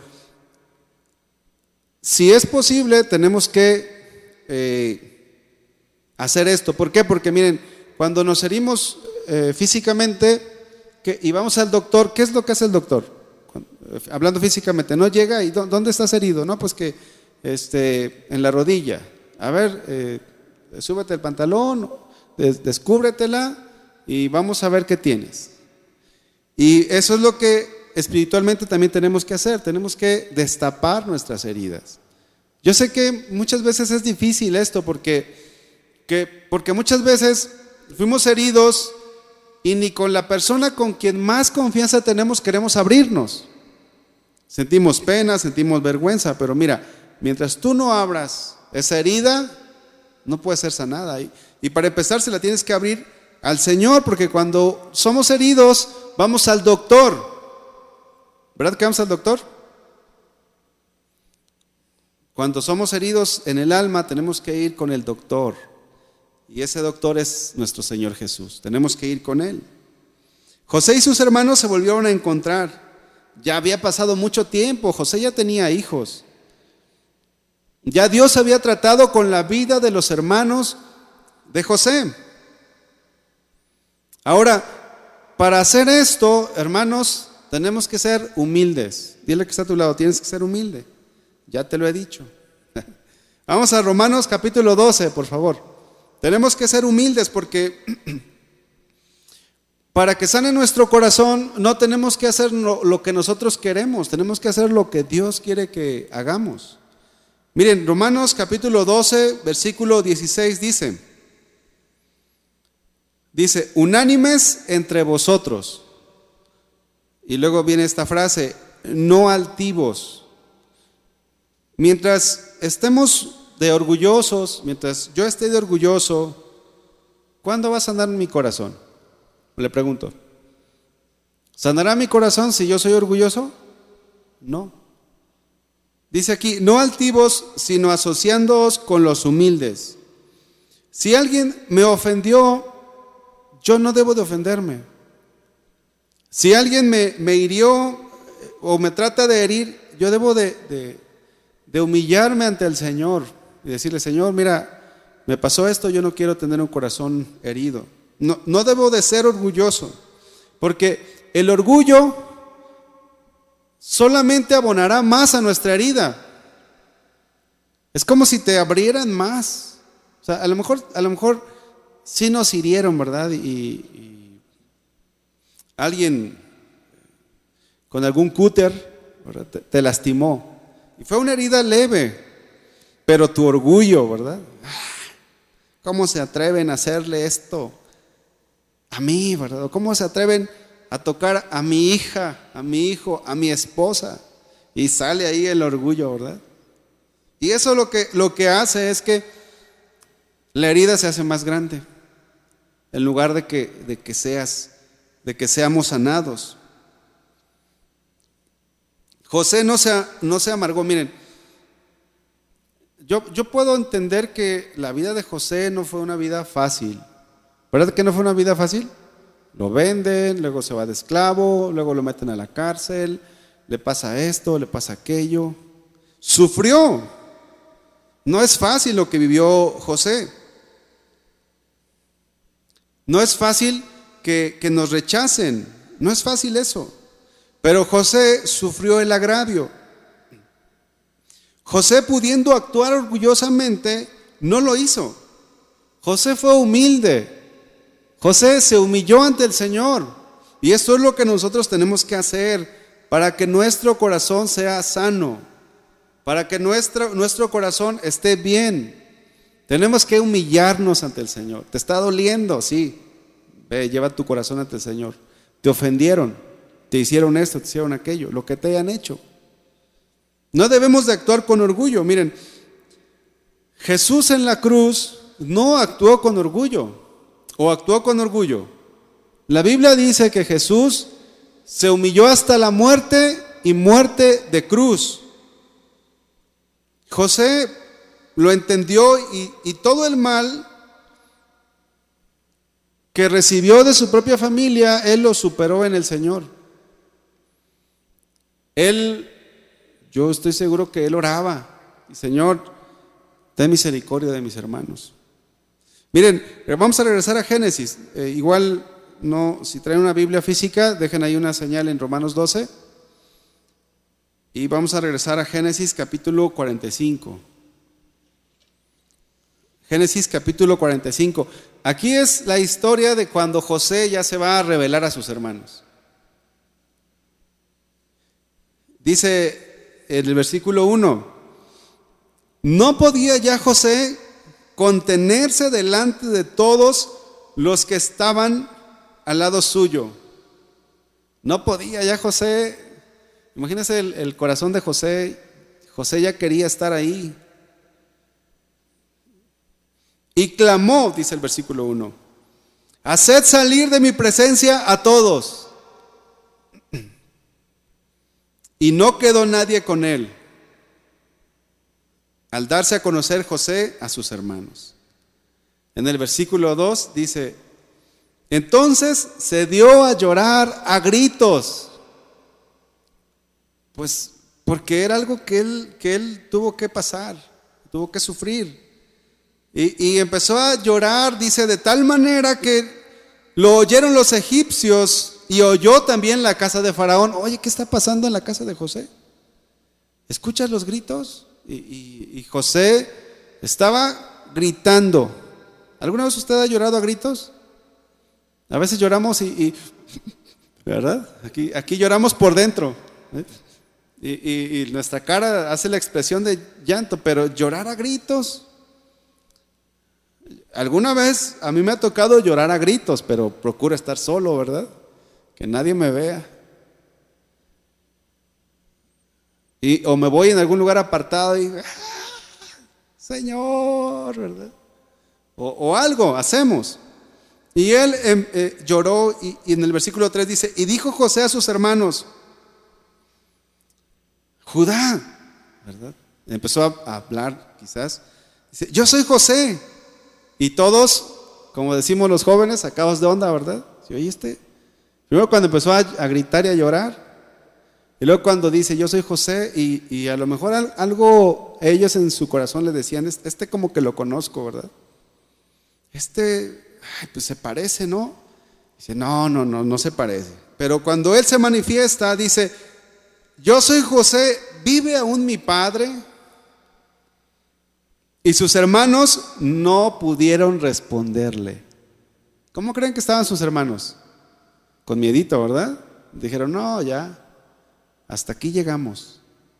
si es posible, tenemos que eh, hacer esto. ¿Por qué? Porque miren, cuando nos herimos eh, físicamente que, y vamos al doctor, ¿qué es lo que hace el doctor? Hablando físicamente, no llega y ¿dónde estás herido? No, pues que este, en la rodilla. A ver, eh, súbete el pantalón, des, descúbretela y vamos a ver qué tienes. Y eso es lo que espiritualmente también tenemos que hacer. Tenemos que destapar nuestras heridas. Yo sé que muchas veces es difícil esto porque, que, porque muchas veces fuimos heridos y ni con la persona con quien más confianza tenemos queremos abrirnos. Sentimos pena, sentimos vergüenza, pero mira, mientras tú no abras esa herida, no puede ser sanada. Y, y para empezar se la tienes que abrir al Señor, porque cuando somos heridos vamos al doctor. ¿Verdad que vamos al doctor? Cuando somos heridos en el alma, tenemos que ir con el doctor. Y ese doctor es nuestro Señor Jesús. Tenemos que ir con Él. José y sus hermanos se volvieron a encontrar. Ya había pasado mucho tiempo. José ya tenía hijos. Ya Dios había tratado con la vida de los hermanos de José. Ahora, para hacer esto, hermanos, tenemos que ser humildes. Dile que está a tu lado, tienes que ser humilde. Ya te lo he dicho. Vamos a Romanos capítulo doce, por favor. Tenemos que ser humildes porque para que sane nuestro corazón no tenemos que hacer lo, lo que nosotros queremos, tenemos que hacer lo que Dios quiere que hagamos. Miren, Romanos capítulo doce, versículo dieciséis dice, dice, unánimes entre vosotros. Y luego viene esta frase, no altivos. Mientras estemos de orgullosos, mientras yo esté de orgulloso, ¿cuándo va a sanar mi corazón? Le pregunto. ¿Sanará mi corazón si yo soy orgulloso? No. Dice aquí, no altivos, sino asociándoos con los humildes. Si alguien me ofendió, yo no debo de ofenderme. Si alguien me, me hirió o me trata de herir, yo debo de, de, de humillarme ante el Señor y decirle, Señor, mira, me pasó esto, yo no quiero tener un corazón herido. No, no debo de ser orgulloso, porque el orgullo solamente abonará más a nuestra herida. Es como si te abrieran más. O sea, a lo mejor, a lo mejor sí nos hirieron, ¿verdad? Y, y alguien con algún cúter, ¿verdad? Te, te lastimó. Y fue una herida leve, pero tu orgullo, ¿verdad? ¿Cómo se atreven a hacerle esto a mí, verdad? ¿Cómo se atreven a tocar a mi hija, a mi hijo, a mi esposa? Y sale ahí el orgullo, ¿verdad? Y eso lo que, lo que hace es que la herida se hace más grande, en lugar de que, de que seas, de que seamos sanados. José no se, no se amargó. Miren, yo, yo puedo entender que la vida de José no fue una vida fácil. ¿Verdad que no fue una vida fácil? Lo venden, luego se va de esclavo, luego lo meten a la cárcel, le pasa esto, le pasa aquello. Sufrió. No es fácil lo que vivió José. No es fácil que, que nos rechacen. No es fácil eso. Pero José sufrió el agravio. José, pudiendo actuar orgullosamente, no lo hizo. José fue humilde. José se humilló ante el Señor. Y esto es lo que nosotros tenemos que hacer para que nuestro corazón sea sano, para que nuestro, nuestro corazón esté bien. Tenemos que humillarnos ante el Señor. ¿Te está doliendo? Sí. Ve, lleva tu corazón ante el Señor. Te ofendieron, te hicieron esto, te hicieron aquello, lo que te hayan hecho. No debemos de actuar con orgullo. Miren, Jesús en la cruz no actuó con orgullo. ¿O actuó con orgullo? La Biblia dice que Jesús se humilló hasta la muerte y muerte de cruz. José lo entendió y, y todo el mal que recibió de su propia familia, él lo superó en el Señor. Él, yo estoy seguro que él oraba, y Señor, ten misericordia de mis hermanos. Miren, vamos a regresar a Génesis. Eh, igual, no, si traen una Biblia física, dejen ahí una señal en Romanos doce. Y vamos a regresar a Génesis capítulo cuarenta y cinco. Génesis capítulo cuarenta y cinco. Aquí es la historia de cuando José ya se va a revelar a sus hermanos. Dice en el versículo uno, no podía ya José contenerse delante de todos los que estaban al lado suyo. No podía ya José. Imagínense el, el corazón de José. José ya quería estar ahí. Y clamó, dice el versículo uno, haced salir de mi presencia a todos. y no quedó nadie con él, al darse a conocer José a sus hermanos. En el versículo dos dice: entonces se dio a llorar a gritos, pues porque era algo que él, que él tuvo que pasar, tuvo que sufrir. Y, y empezó a llorar, dice, de tal manera que lo oyeron los egipcios y oyó también la casa de Faraón. Oye, ¿qué está pasando en la casa de José? ¿Escuchas los gritos? Y, y, y José estaba gritando. ¿Alguna vez usted ha llorado a gritos? A veces lloramos y, y ¿verdad? Aquí, aquí lloramos por dentro, ¿eh? y, y, y nuestra cara hace la expresión de llanto, pero llorar a gritos. Alguna vez a mí me ha tocado llorar a gritos, pero procuro estar solo, ¿verdad? Que nadie me vea. Y, o me voy en algún lugar apartado y ¡ah, Señor!, ¿verdad? O, o algo hacemos. Y él eh, eh, lloró y, y en el versículo tres dice: y dijo José a sus hermanos, Judá, ¿verdad? Empezó a, a hablar quizás. Dice: yo soy José. Y todos, como decimos los jóvenes, sacados de onda, ¿verdad? ¿Sí oíste? Primero cuando empezó a, a gritar y a llorar. Y luego cuando dice: yo soy José, y, y a lo mejor algo ellos en su corazón le decían: este como que lo conozco, ¿verdad? Este, ay, pues se parece, ¿no? Dice: no, no, no, no se parece. Pero cuando él se manifiesta, dice: yo soy José, ¿vive aún mi padre? Y sus hermanos no pudieron responderle. ¿Cómo creen que estaban sus hermanos? Con miedito, ¿verdad? Dijeron: no, ya, hasta aquí llegamos.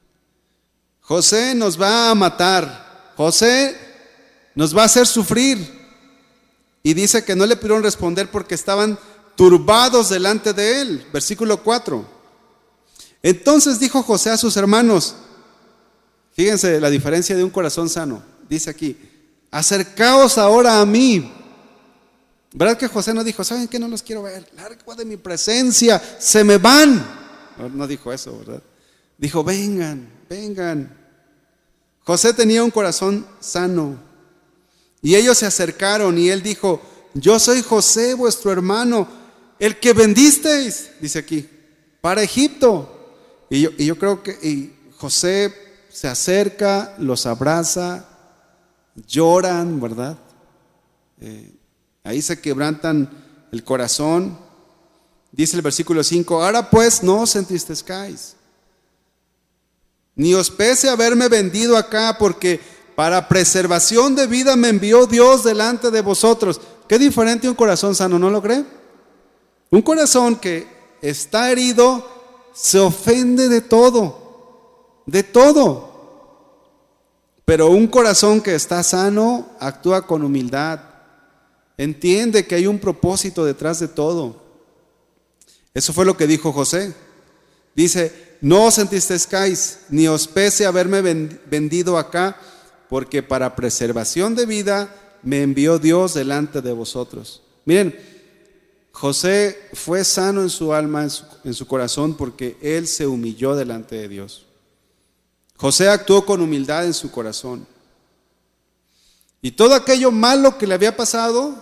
José nos va a matar. José nos va a hacer sufrir. Y dice que no le pudieron responder porque estaban turbados delante de él. Versículo cuatro. Entonces dijo José a sus hermanos, fíjense la diferencia de un corazón sano. Dice aquí: acercaos ahora a mí. ¿Verdad que José no dijo: ¿saben qué? No los quiero ver, largo de mi presencia, se me van? No, no dijo eso, ¿verdad? Dijo: vengan, vengan. José tenía un corazón sano. Y ellos se acercaron y él dijo: yo soy José, vuestro hermano, el que vendisteis, dice aquí, para Egipto. Y yo, y yo creo que y José se acerca, los abraza, lloran, ¿verdad? Eh, ahí se quebrantan el corazón. Dice el versículo cinco: ahora pues no os entristezcáis, ni os pese haberme vendido acá, porque para preservación de vida me envió Dios delante de vosotros. Qué diferente un corazón sano, ¿no lo cree? Un corazón que está herido se ofende de todo, de todo. Pero un corazón que está sano actúa con humildad, entiende que hay un propósito detrás de todo. Eso fue lo que dijo José. Dice: no os entristezcáis, ni os pese haberme vendido acá, porque para preservación de vida me envió Dios delante de vosotros. Miren, José fue sano en su alma, en su, en su corazón, porque él se humilló delante de Dios. José actuó con humildad en su corazón. Y todo aquello malo que le había pasado,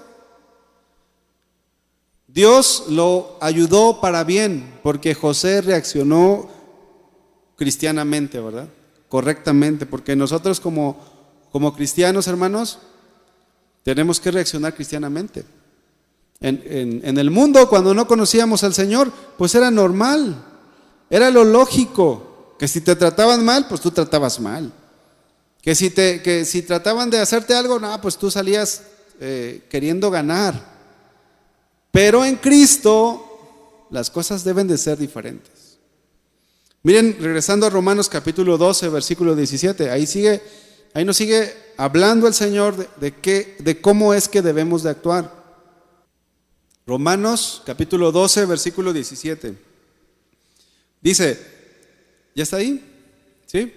Dios lo ayudó para bien, porque José reaccionó cristianamente, ¿verdad? Correctamente, porque nosotros como, como cristianos, hermanos, tenemos que reaccionar cristianamente. En, en, en el mundo, cuando no conocíamos al Señor, pues era normal, era lo lógico, que si te trataban mal, pues tú tratabas mal. Que si, te, que si trataban de hacerte algo, no, pues tú salías eh, queriendo ganar. Pero en Cristo las cosas deben de ser diferentes. Miren, regresando a Romanos capítulo doce, versículo diecisiete, ahí sigue, ahí nos sigue hablando el Señor de, de, qué, de cómo es que debemos de actuar. Romanos capítulo doce, versículo diecisiete. Dice, ¿ya está ahí? ¿Sí?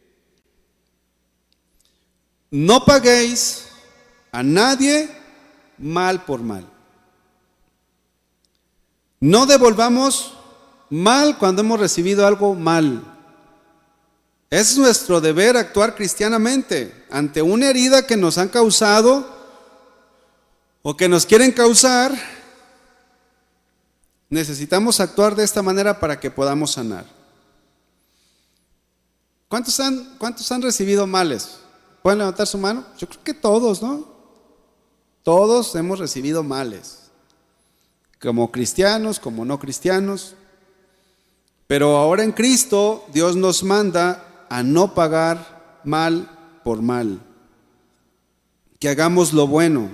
No paguéis a nadie mal por mal. No devolvamos mal cuando hemos recibido algo mal. Es nuestro deber actuar cristianamente ante una herida que nos han causado o que nos quieren causar. Necesitamos actuar de esta manera para que podamos sanar. ¿Cuántos han, cuántos han recibido males? ¿Pueden levantar su mano? Yo creo que todos, ¿no? Todos hemos recibido males, como cristianos, como no cristianos. Pero ahora en Cristo, Dios nos manda a no pagar mal por mal, que hagamos lo bueno.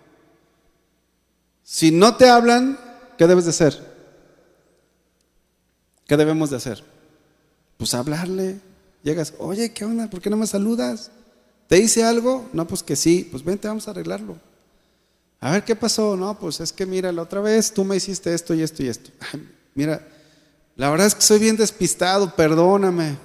Si no te hablan, ¿qué debes de hacer? ¿Qué debemos de hacer? Pues hablarle. Llegas, oye, ¿qué onda? ¿Por qué no me saludas? ¿Te hice algo? No, pues que sí, pues vente, vamos a arreglarlo. A ver, ¿qué pasó? No, pues es que mira, la otra vez tú me hiciste esto y esto y esto. Ay, mira, la verdad es que soy bien despistado, perdóname.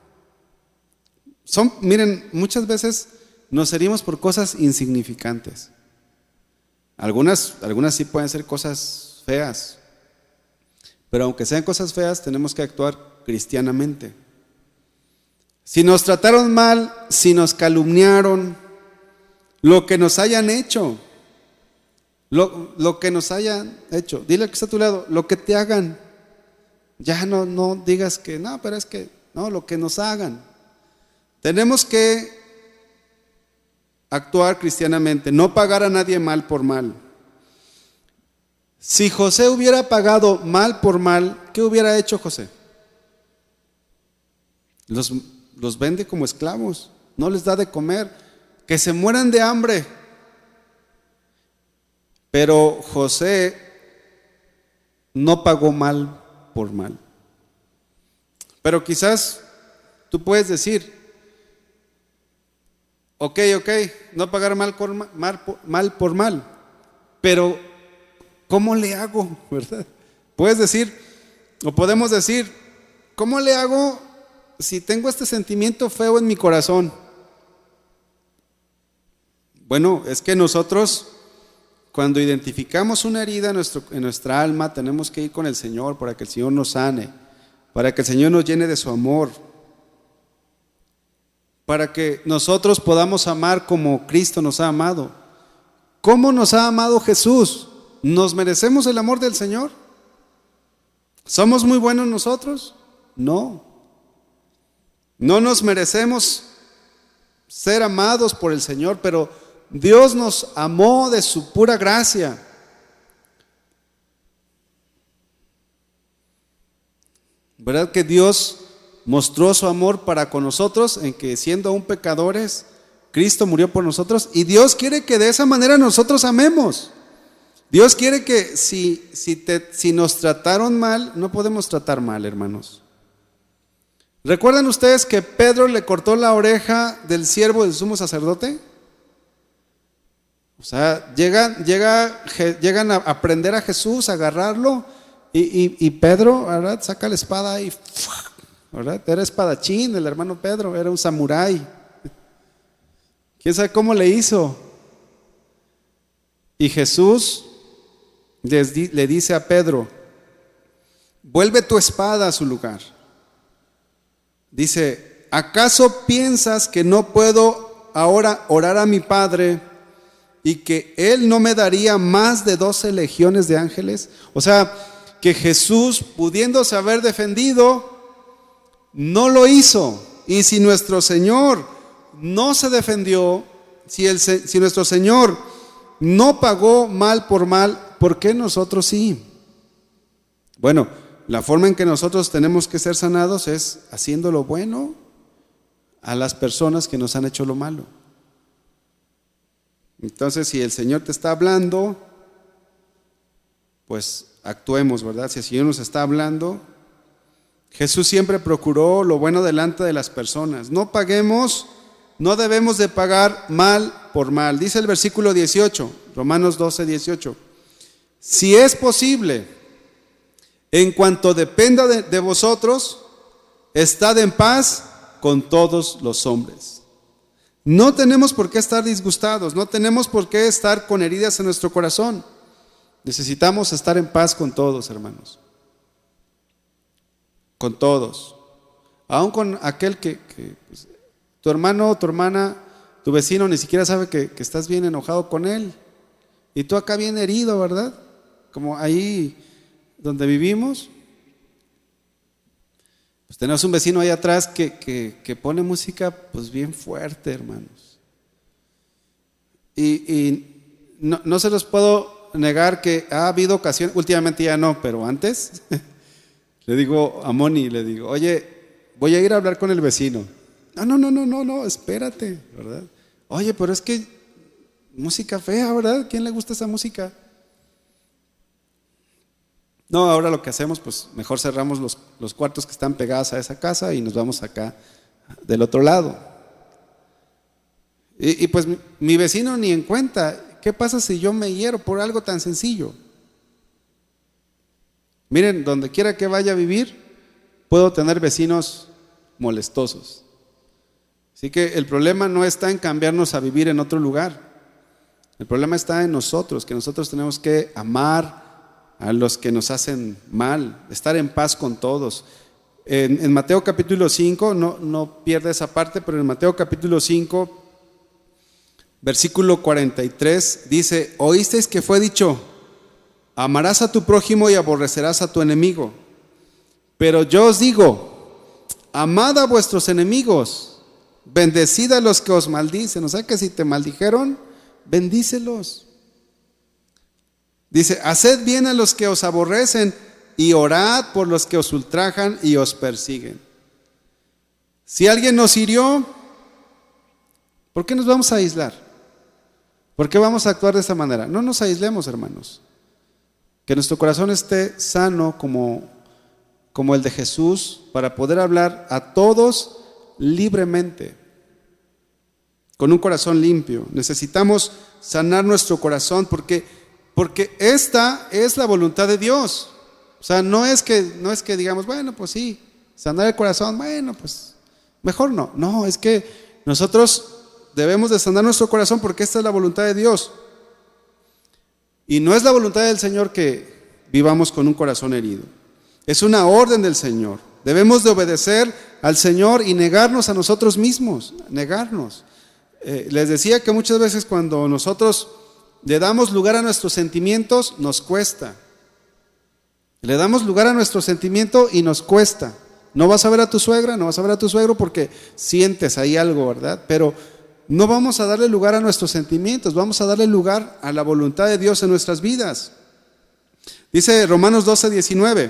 Son, miren, muchas veces nos herimos por cosas insignificantes. Algunas, algunas sí pueden ser cosas feas, pero aunque sean cosas feas, tenemos que actuar cristianamente. Si nos trataron mal, si nos calumniaron, lo que nos hayan hecho, lo, lo que nos hayan hecho, dile al que está a tu lado, lo que te hagan, ya no, no digas que no, pero es que no, lo que nos hagan. Tenemos que actuar cristianamente, no pagar a nadie mal por mal. Si José hubiera pagado mal por mal, ¿qué hubiera hecho José? Los, los vende como esclavos, no les da de comer, que se mueran de hambre. Pero José no pagó mal por mal. Pero quizás tú puedes decir, ok, ok, no pagar mal por mal, mal por mal, pero ¿cómo le hago? ¿Verdad? Puedes decir, o podemos decir, ¿cómo le hago si tengo este sentimiento feo en mi corazón? Bueno, es que nosotros, cuando identificamos una herida en, nuestro, en nuestra alma, tenemos que ir con el Señor para que el Señor nos sane, para que el Señor nos llene de su amor, para que nosotros podamos amar como Cristo nos ha amado. ¿Cómo nos ha amado Jesús? ¿Nos merecemos el amor del Señor? ¿Somos muy buenos nosotros? No. No nos merecemos ser amados por el Señor, pero Dios nos amó de su pura gracia. ¿Verdad que Dios mostró su amor para con nosotros en que siendo aún pecadores, Cristo murió por nosotros? Y Dios quiere que de esa manera nosotros amemos. Dios quiere que si, si, te, si nos trataron mal, no podemos tratar mal, hermanos. ¿Recuerdan ustedes que Pedro le cortó la oreja del siervo del sumo sacerdote? O sea, llegan, llega, llegan a aprender a Jesús, a agarrarlo, y, y, y Pedro, ¿verdad?, saca la espada y, ¿verdad?, era espadachín, el hermano Pedro, era un samurái. ¿Quién sabe cómo le hizo? Y Jesús les di, le dice a Pedro, vuelve tu espada a su lugar. Dice, ¿acaso piensas que no puedo ahora orar a mi Padre y que Él no me daría más de doce legiones de ángeles? O sea, que Jesús, pudiéndose haber defendido, no lo hizo. Y si nuestro Señor no se defendió, si, el, si nuestro Señor no pagó mal por mal, ¿por qué nosotros sí? Bueno, la forma en que nosotros tenemos que ser sanados es haciendo lo bueno a las personas que nos han hecho lo malo. Entonces, si el Señor te está hablando, pues actuemos, ¿verdad? Si el Señor nos está hablando, Jesús siempre procuró lo bueno delante de las personas. No paguemos, no debemos de pagar mal por mal. Dice el versículo dieciocho, Romanos doce, dieciocho. Si es posible, en cuanto dependa de, de vosotros, estad en paz con todos los hombres. No tenemos por qué estar disgustados, no tenemos por qué estar con heridas en nuestro corazón. Necesitamos estar en paz con todos, hermanos. con todos, aún con aquel que, que pues, tu hermano o tu hermana, tu vecino ni siquiera sabe que, que estás bien enojado con él, y tú acá bien herido, ¿verdad? Como ahí donde vivimos, pues tenemos un vecino ahí atrás que, que, que pone música pues bien fuerte, hermanos. Y, y no, no se los puedo negar que ha habido ocasiones, últimamente ya no, pero antes, le digo a Moni, le digo, oye, voy a ir a hablar con el vecino. No, no, no, no, no, no, espérate, ¿verdad? Oye, pero es que música fea, ¿verdad? ¿Quién le gusta esa música? No, ahora lo que hacemos, pues mejor cerramos los, los cuartos que están pegados a esa casa y nos vamos acá del otro lado. Y, y pues mi, mi vecino ni en cuenta. ¿Qué pasa si yo me hiero por algo tan sencillo? Miren, donde quiera que vaya a vivir, puedo tener vecinos molestosos. Así que el problema no está en cambiarnos a vivir en otro lugar. El problema está en nosotros, que nosotros tenemos que amar a los que nos hacen mal, estar en paz con todos. En, en Mateo capítulo cinco, no, no pierda esa parte, pero en Mateo capítulo cinco, versículo cuarenta y tres, dice: oísteis que fue dicho, amarás a tu prójimo y aborrecerás a tu enemigo. Pero yo os digo, amad a vuestros enemigos, bendecid a los que os maldicen. O sea que si te maldijeron, bendícelos. Dice, haced bien a los que os aborrecen y orad por los que os ultrajan y os persiguen. Si alguien nos hirió, ¿por qué nos vamos a aislar? ¿Por qué vamos a actuar de esa manera? No nos aislemos, hermanos. Que nuestro corazón esté sano como, como el de Jesús, para poder hablar a todos libremente, con un corazón limpio. Necesitamos sanar nuestro corazón porque Porque esta es la voluntad de Dios. O sea, no es que, no es que digamos, bueno, pues sí, sanar el corazón, bueno, pues mejor no. No, es que nosotros debemos de sanar nuestro corazón porque esta es la voluntad de Dios. Y no es la voluntad del Señor que vivamos con un corazón herido. Es una orden del Señor. Debemos de obedecer al Señor y negarnos a nosotros mismos, negarnos. Eh, les decía que muchas veces cuando nosotros le damos lugar a nuestros sentimientos, nos cuesta. Le damos lugar a nuestro sentimiento y nos cuesta. No vas a ver a tu suegra, no vas a ver a tu suegro porque sientes ahí algo, ¿verdad? Pero no vamos a darle lugar a nuestros sentimientos, vamos a darle lugar a la voluntad de Dios en nuestras vidas. Dice Romanos doce, diecinueve.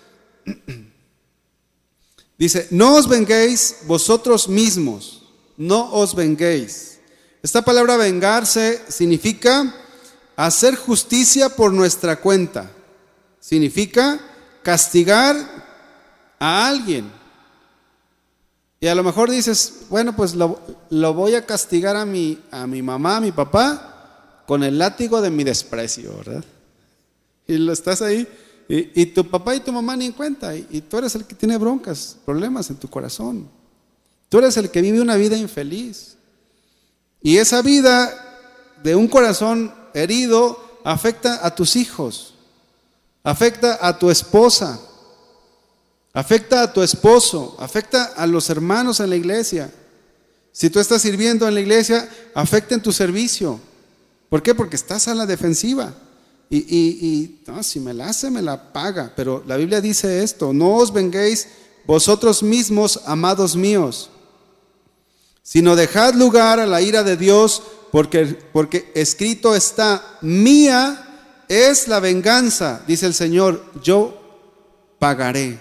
Dice, no os venguéis vosotros mismos, no os venguéis. Esta palabra vengarse significa hacer justicia por nuestra cuenta. Significa castigar a alguien. Y a lo mejor dices, bueno, pues lo, lo voy a castigar a mi, a mi mamá, a mi papá, con el látigo de mi desprecio, ¿verdad? Y lo estás ahí, y, y tu papá y tu mamá ni en cuenta, y, y tú eres el que tiene broncas, problemas en tu corazón. Tú eres el que vive una vida infeliz. Y esa vida de un corazón herido afecta a tus hijos, afecta a tu esposa, afecta a tu esposo, afecta a los hermanos en la iglesia. Si tú estás sirviendo en la iglesia, afecta en tu servicio. ¿Por qué? Porque estás a la defensiva. Y, y, y no, si me la hace, me la paga. Pero la Biblia dice esto: no os venguéis vosotros mismos, amados míos, sino dejad lugar a la ira de Dios, porque, porque escrito está, mía es la venganza, dice el Señor, yo pagaré.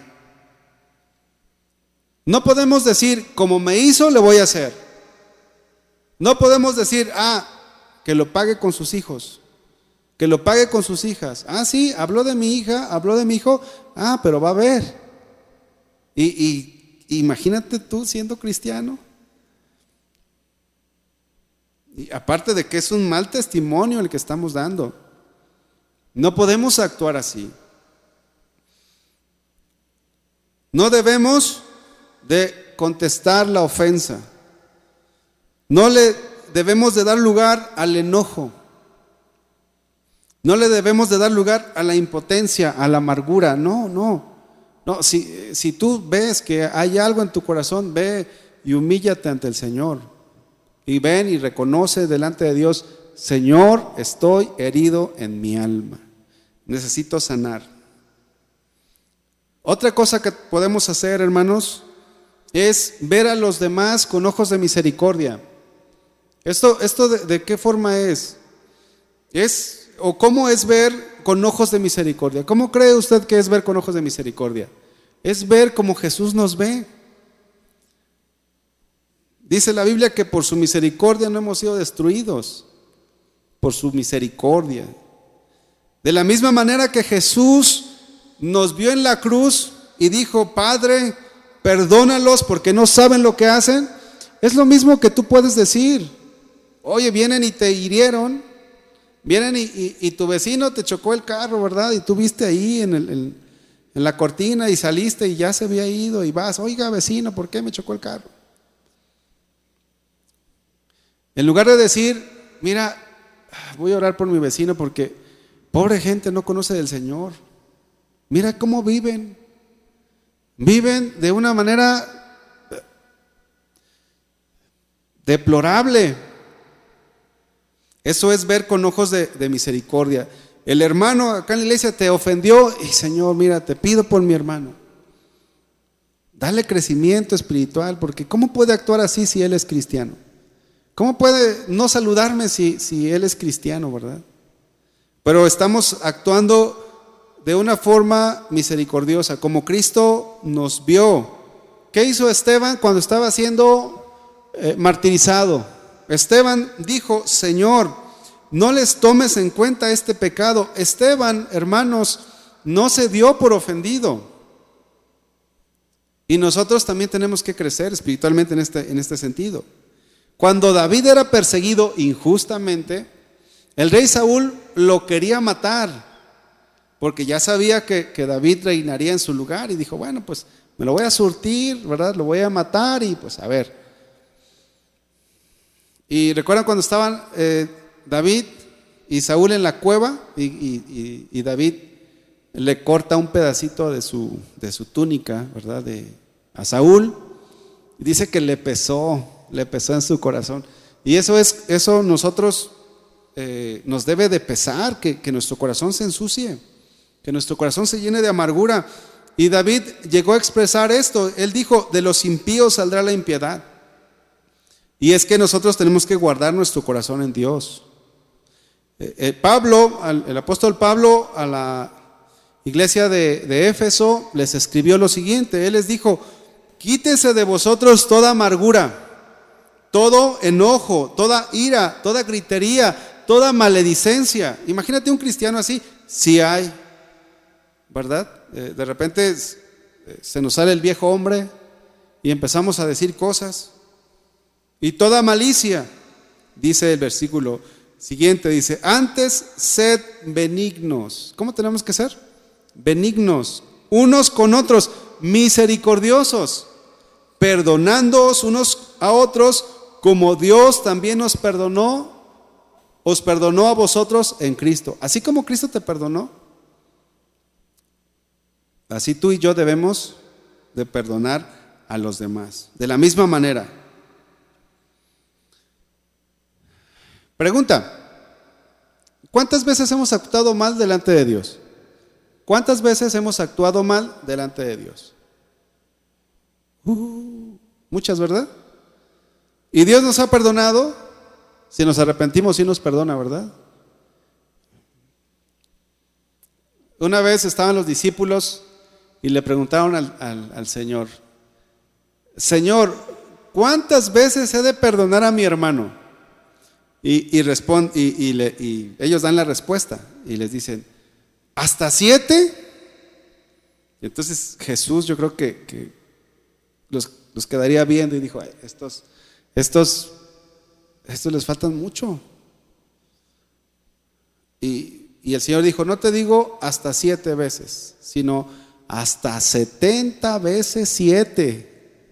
No podemos decir, como me hizo, le voy a hacer. No podemos decir, ah, que lo pague con sus hijos, que lo pague con sus hijas. Ah, sí, habló de mi hija, habló de mi hijo, ah, pero va a ver. Y, y imagínate tú siendo cristiano. Y aparte de que es un mal testimonio el que estamos dando, no podemos actuar así. No debemos de contestar la ofensa. No le debemos de dar lugar al enojo. No le debemos de dar lugar a la impotencia, a la amargura. No, no. No, si, si tú ves que hay algo en tu corazón, ve y humíllate ante el Señor. Y ven y reconoce delante de Dios: Señor, estoy herido en mi alma, necesito sanar. Otra cosa que podemos hacer, hermanos, es ver a los demás con ojos de misericordia. ¿Esto, esto de, de qué forma es? ¿Es o cómo es ver con ojos de misericordia? ¿Cómo cree usted que es ver con ojos de misericordia? Es ver como Jesús nos ve. Dice la Biblia que por su misericordia no hemos sido destruidos, por su misericordia. De la misma manera que Jesús nos vio en la cruz y dijo: Padre, perdónalos porque no saben lo que hacen. Es lo mismo que tú puedes decir. Oye, vienen y te hirieron, vienen y, y, y tu vecino te chocó el carro, ¿verdad? Y tú viste ahí en, el, en, en la cortina y saliste y ya se había ido y vas: oiga, vecino, ¿por qué me chocó el carro? En lugar de decir: mira, voy a orar por mi vecino porque pobre gente no conoce del Señor. Mira cómo viven. Viven de una manera deplorable. Eso es ver con ojos de, de misericordia. El hermano acá en la iglesia te ofendió y: Señor, mira, te pido por mi hermano. Dale crecimiento espiritual, porque ¿cómo puede actuar así si él es cristiano? ¿Cómo puede no saludarme si, si él es cristiano, verdad? Pero estamos actuando de una forma misericordiosa, como Cristo nos vio. ¿Qué hizo Esteban cuando estaba siendo eh, martirizado? Esteban dijo: Señor, no les tomes en cuenta este pecado. Esteban, hermanos, no se dio por ofendido. Y nosotros también tenemos que crecer espiritualmente en este, en este sentido. Cuando David era perseguido injustamente, el rey Saúl lo quería matar, porque ya sabía que, que David reinaría en su lugar, y dijo: bueno, pues me lo voy a surtir, ¿verdad? Lo voy a matar y pues a ver. Y recuerdan cuando estaban eh, David y Saúl en la cueva, y, y, y, y David le corta un pedacito de su, de su túnica, ¿verdad? De, a Saúl, y dice que le pesó, le pesó en su corazón. Y eso es, eso nosotros eh, nos debe de pesar, que, que nuestro corazón se ensucie, que nuestro corazón se llene de amargura. Y David llegó a expresar esto. Él dijo: de los impíos saldrá la impiedad. Y es que nosotros tenemos que guardar nuestro corazón en Dios. eh, eh, Pablo, el apóstol Pablo, a la iglesia de, de Éfeso les escribió lo siguiente. Él les dijo: quítese de vosotros toda amargura, todo enojo, toda ira, toda gritería, toda maledicencia. Imagínate un cristiano así. Si hay, ¿verdad? Eh, de repente eh, se nos sale el viejo hombre y empezamos a decir cosas. Y toda malicia, dice el versículo siguiente, dice: antes sed benignos. ¿Cómo tenemos que ser? Benignos, unos con otros, misericordiosos, perdonándoos unos a otros, como Dios también nos perdonó, os perdonó a vosotros en Cristo. Así como Cristo te perdonó, así tú y yo debemos de perdonar a los demás. De la misma manera. Pregunta: ¿cuántas veces hemos actuado mal delante de Dios? ¿Cuántas veces hemos actuado mal delante de Dios? Uh, muchas, ¿verdad? Y Dios nos ha perdonado. Si nos arrepentimos, sí nos perdona, ¿verdad? Una vez estaban los discípulos y le preguntaron al, al, al Señor: Señor, ¿cuántas veces he de perdonar a mi hermano? Y, y, respond, y, y, le, y ellos dan la respuesta y les dicen: ¿hasta siete? Y entonces Jesús, yo creo que, que los, los quedaría viendo y dijo: ay, estos, estos, estos les faltan mucho. Y, y el Señor dijo: no te digo hasta siete veces, sino hasta setenta veces siete.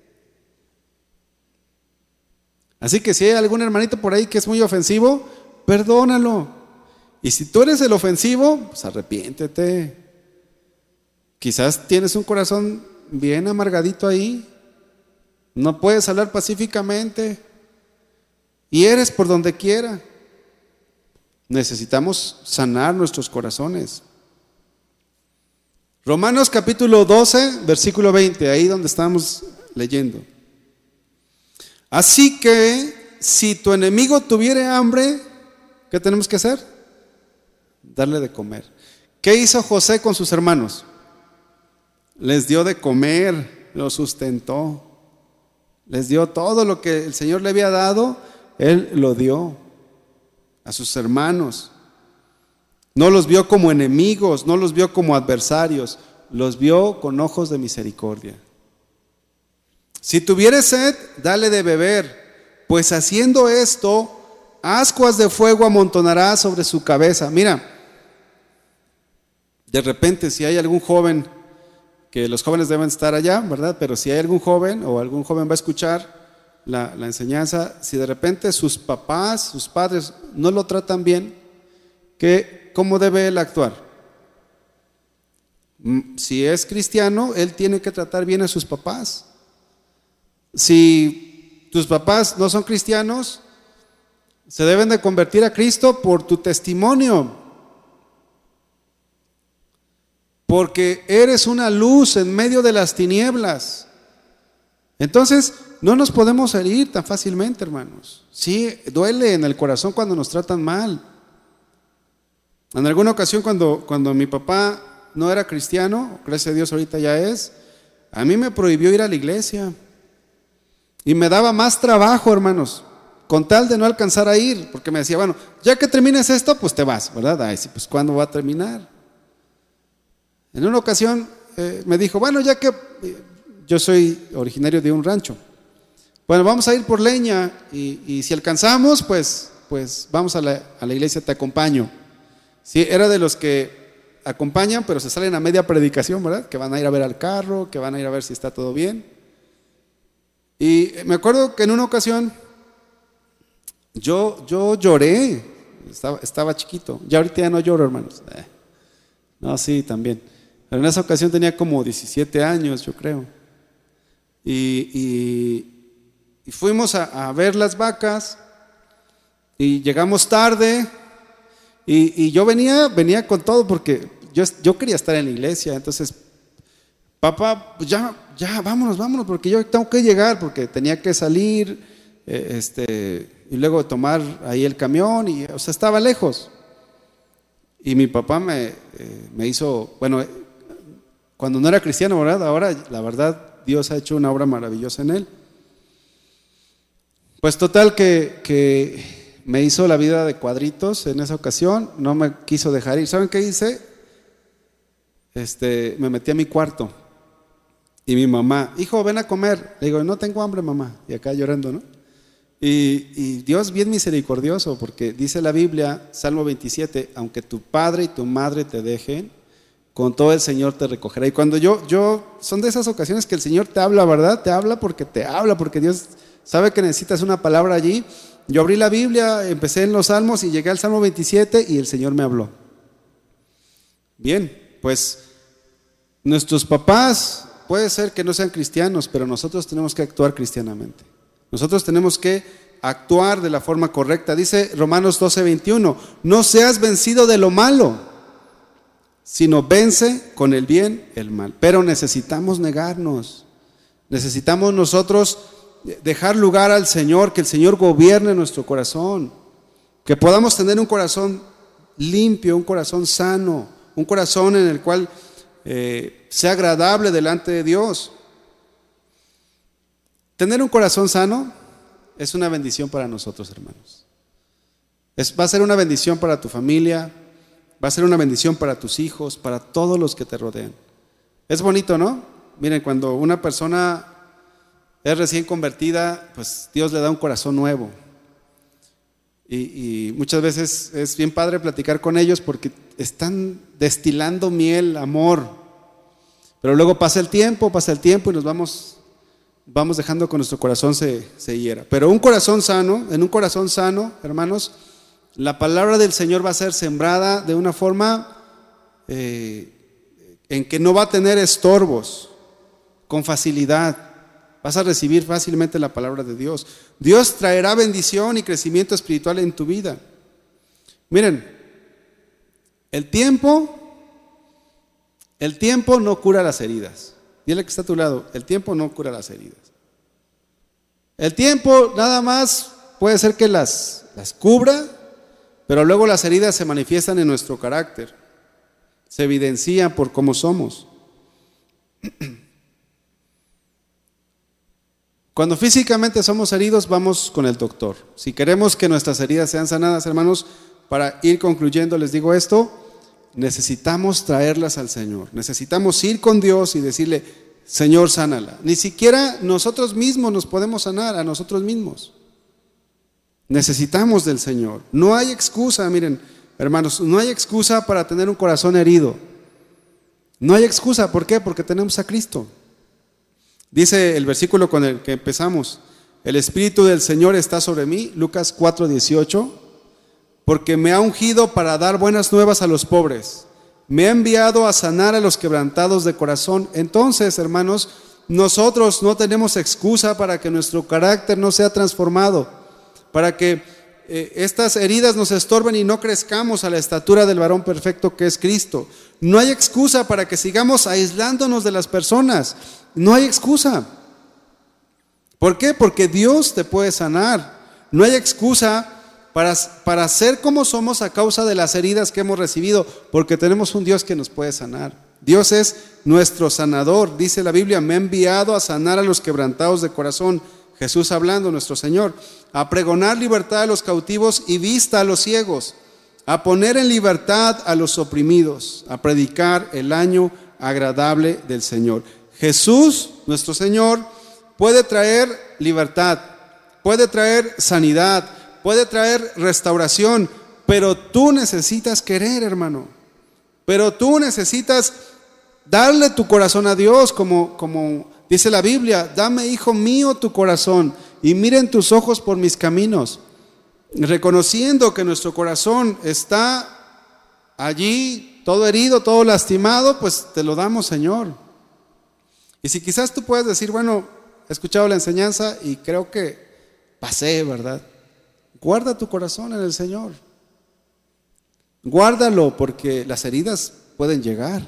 Así que si hay algún hermanito por ahí que es muy ofensivo, perdónalo. Y si tú eres el ofensivo, pues arrepiéntete. Quizás tienes un corazón bien amargadito ahí, no puedes hablar pacíficamente y eres por donde quiera. Necesitamos sanar nuestros corazones. Romanos capítulo doce, versículo veinte, ahí donde estamos leyendo. Así que si tu enemigo tuviere hambre, ¿qué tenemos que hacer? Darle de comer. ¿Qué hizo José con sus hermanos? Les dio de comer, los sustentó, les dio todo lo que el Señor le había dado, Él lo dio a sus hermanos. No los vio como enemigos, no los vio como adversarios, los vio con ojos de misericordia. Si tuviere sed, dale de beber, pues haciendo esto, ascuas de fuego amontonará sobre su cabeza. Mira, de repente si hay algún joven, que los jóvenes deben estar allá, ¿verdad? Pero si hay algún joven o algún joven va a escuchar la, la enseñanza, si de repente sus papás, sus padres no lo tratan bien, ¿qué, ¿cómo debe él actuar? Si es cristiano, él tiene que tratar bien a sus papás. Si tus papás no son cristianos, se deben de convertir a Cristo por tu testimonio, porque eres una luz en medio de las tinieblas. Entonces, no nos podemos herir tan fácilmente, hermanos. Sí, duele en el corazón cuando nos tratan mal. En alguna ocasión, cuando, cuando mi papá no era cristiano, gracias a Dios ahorita ya es, a mí me prohibió ir a la iglesia. Y me daba más trabajo, hermanos, con tal de no alcanzar a ir, porque me decía, bueno, ya que termines esto, pues te vas, ¿verdad? Ay, sí, pues ¿cuándo va a terminar? En una ocasión eh, me dijo, bueno, ya que eh, yo soy originario de un rancho, bueno, vamos a ir por leña y, y si alcanzamos, pues, pues vamos a la, a la iglesia, te acompaño. Sí, era de los que acompañan, pero se salen a media predicación, ¿verdad? Que van a ir a ver al carro, que van a ir a ver si está todo bien. Y me acuerdo que en una ocasión yo, yo lloré, estaba, estaba chiquito, ya ahorita ya no lloro, hermanos. Eh, no, sí, también. Pero en esa ocasión tenía como diecisiete años, yo creo. Y, y, y fuimos a, a ver las vacas y llegamos tarde y, y yo venía, venía con todo porque yo, yo quería estar en la iglesia. Entonces, papá, pues ya, ya, vámonos, vámonos, porque yo tengo que llegar, porque tenía que salir eh, este, y luego tomar ahí el camión, y, o sea, estaba lejos. Y mi papá me, eh, me hizo, bueno, cuando no era cristiano, ¿verdad? Ahora, la verdad, Dios ha hecho una obra maravillosa en él. Pues total que, que me hizo la vida de cuadritos en esa ocasión, no me quiso dejar ir. ¿Saben qué hice? Este, me metí a mi cuarto y mi mamá, hijo, ven a comer. Le digo, no tengo hambre, mamá. Y acá llorando, ¿no? Y, y Dios bien misericordioso, porque dice la Biblia, Salmo veintisiete, aunque tu padre y tu madre te dejen, con todo el Señor te recogerá. Y cuando yo, yo, son de esas ocasiones que el Señor te habla, ¿verdad? Te habla porque te habla, porque Dios sabe que necesitas una palabra allí. Yo abrí la Biblia, empecé en los Salmos y llegué al Salmo veintisiete y el Señor me habló. Bien, pues nuestros papás puede ser que no sean cristianos, pero nosotros tenemos que actuar cristianamente. Nosotros tenemos que actuar de la forma correcta. Dice Romanos doce veintiuno, no seas vencido de lo malo, sino vence con el bien el mal. Pero necesitamos negarnos, necesitamos nosotros dejar lugar al Señor, que el Señor gobierne nuestro corazón, que podamos tener un corazón limpio, un corazón sano, un corazón en el cual eh, sea agradable delante de Dios. Tener un corazón sano es una bendición para nosotros, hermanos. Es, va a ser una bendición para tu familia, va a ser una bendición para tus hijos, para todos los que te rodean. Es bonito, ¿no? Miren, cuando una persona es recién convertida, pues Dios le da un corazón nuevo. Y, y muchas veces es bien padre platicar con ellos porque están destilando miel, amor. Pero luego pasa el tiempo, pasa el tiempo y nos vamos... vamos dejando que nuestro corazón se, se hiera. Pero un corazón sano, en un corazón sano, hermanos, la palabra del Señor va a ser sembrada de una forma eh, en que no va a tener estorbos, con facilidad. Vas a recibir fácilmente la palabra de Dios. Dios traerá bendición y crecimiento espiritual en tu vida. Miren, el tiempo, el tiempo no cura las heridas. Dile que está a tu lado, el tiempo no cura las heridas. El tiempo nada más puede ser que las, las cubra, pero luego las heridas se manifiestan en nuestro carácter, se evidencian por cómo somos. Cuando físicamente somos heridos, vamos con el doctor. Si queremos que nuestras heridas sean sanadas, hermanos, para ir concluyendo, les digo esto, necesitamos traerlas al Señor. Necesitamos ir con Dios y decirle, Señor, sánala. Ni siquiera nosotros mismos nos podemos sanar a nosotros mismos. Necesitamos del Señor. No hay excusa, miren, hermanos, no hay excusa para tener un corazón herido. No hay excusa, ¿por qué? Porque tenemos a Cristo. Dice el versículo con el que empezamos, el Espíritu del Señor está sobre mí, Lucas cuatro dieciocho, porque me ha ungido para dar buenas nuevas a los pobres, me ha enviado a sanar a los quebrantados de corazón. Entonces, hermanos, nosotros no tenemos excusa para que nuestro carácter no sea transformado, para que eh, estas heridas nos estorben y no crezcamos a la estatura del varón perfecto que es Cristo. No hay excusa para que sigamos aislándonos de las personas. No hay excusa. ¿Por qué? Porque Dios te puede sanar. No hay excusa para, para ser como somos a causa de las heridas que hemos recibido, porque tenemos un Dios que nos puede sanar. Dios es nuestro sanador. Dice la Biblia, me ha enviado a sanar a los quebrantados de corazón. Jesús hablando, nuestro Señor, a pregonar libertad a los cautivos y vista a los ciegos, a poner en libertad a los oprimidos, a predicar el año agradable del Señor. Jesús, nuestro Señor, puede traer libertad, puede traer sanidad, puede traer restauración, pero tú necesitas querer, hermano. Pero tú necesitas darle tu corazón a Dios, como, como dice la Biblia, dame, hijo mío, tu corazón y miren tus ojos por mis caminos. Reconociendo que nuestro corazón está allí, todo herido, todo lastimado, pues te lo damos, Señor. Y si quizás tú puedes decir, bueno, he escuchado la enseñanza y creo que pasé, ¿verdad? Guarda tu corazón en el Señor. Guárdalo, porque las heridas pueden llegar.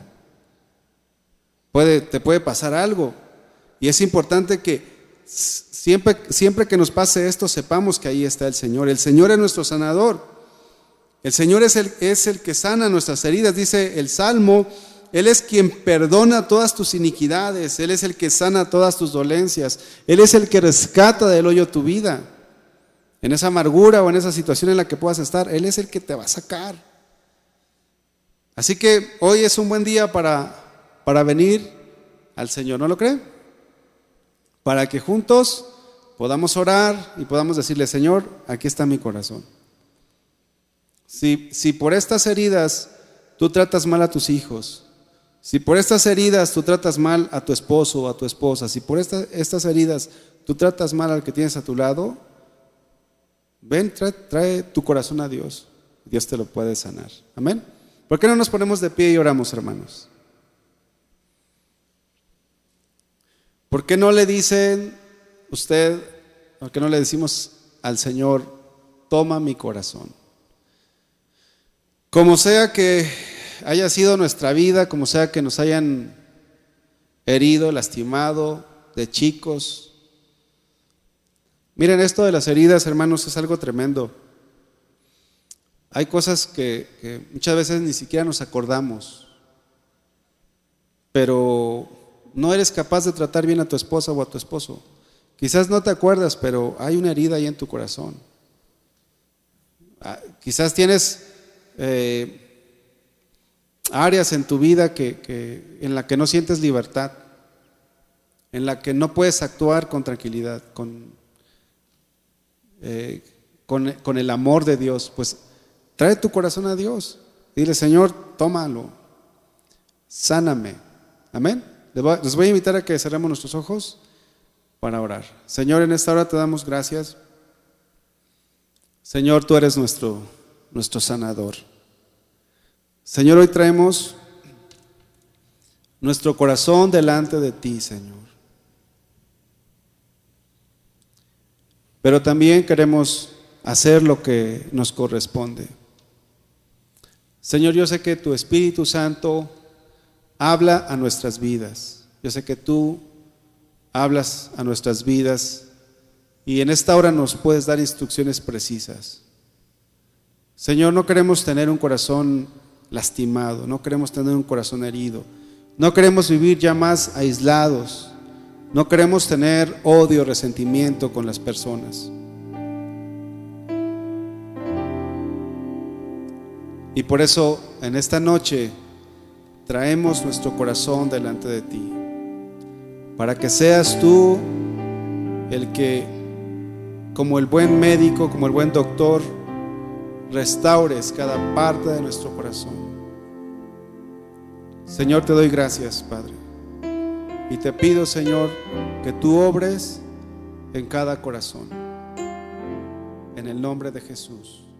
Puede, te puede pasar algo. Y es importante que siempre, siempre que nos pase esto, sepamos que ahí está el Señor. El Señor es nuestro sanador. El Señor es el, es el que sana nuestras heridas. Dice el Salmo, Él es quien perdona todas tus iniquidades. Él es el que sana todas tus dolencias. Él es el que rescata del hoyo tu vida. En esa amargura o en esa situación en la que puedas estar, Él es el que te va a sacar. Así que hoy es un buen día para, para venir al Señor, ¿no lo cree? Para que juntos podamos orar y podamos decirle, Señor, aquí está mi corazón. Si, si por estas heridas tú tratas mal a tus hijos, si por estas heridas tú tratas mal a tu esposo o a tu esposa, si por esta, estas heridas tú tratas mal al que tienes a tu lado, ven, trae, trae tu corazón a Dios. Dios te lo puede sanar. Amén. ¿Por qué no nos ponemos de pie y oramos, hermanos? ¿Por qué no le dicen usted, por qué no le decimos al Señor, toma mi corazón? Como sea que haya sido nuestra vida, como sea que nos hayan herido, lastimado, de chicos. Miren, esto de las heridas, hermanos, es algo tremendo. Hay cosas que, que muchas veces ni siquiera nos acordamos, pero no eres capaz de tratar bien a tu esposa o a tu esposo. Quizás no te acuerdas, pero hay una herida ahí en tu corazón. Ah, quizás tienes eh, áreas en tu vida que, que, en la que no sientes libertad, en la que no puedes actuar con tranquilidad, con, eh, con, con el amor de Dios. Pues trae tu corazón a Dios. Dile, Señor, tómalo, sáname. Amén. Les voy a invitar a que cerremos nuestros ojos para orar. Señor, en esta hora te damos gracias. Señor, tú eres nuestro, nuestro sanador. Señor, hoy traemos nuestro corazón delante de ti, Señor. Pero también queremos hacer lo que nos corresponde. Señor, yo sé que tu Espíritu Santo habla a nuestras vidas. Yo sé que tú hablas a nuestras vidas y en esta hora nos puedes dar instrucciones precisas. Señor, no queremos tener un corazón lastimado, no queremos tener un corazón herido, no queremos vivir ya más aislados, no queremos tener odio, resentimiento con las personas. Y por eso en esta noche traemos nuestro corazón delante de ti, para que seas tú el que, como el buen médico, como el buen doctor, restaures cada parte de nuestro corazón. Señor, te doy gracias, Padre, y te pido, Señor, que tú obres en cada corazón, en el nombre de Jesús.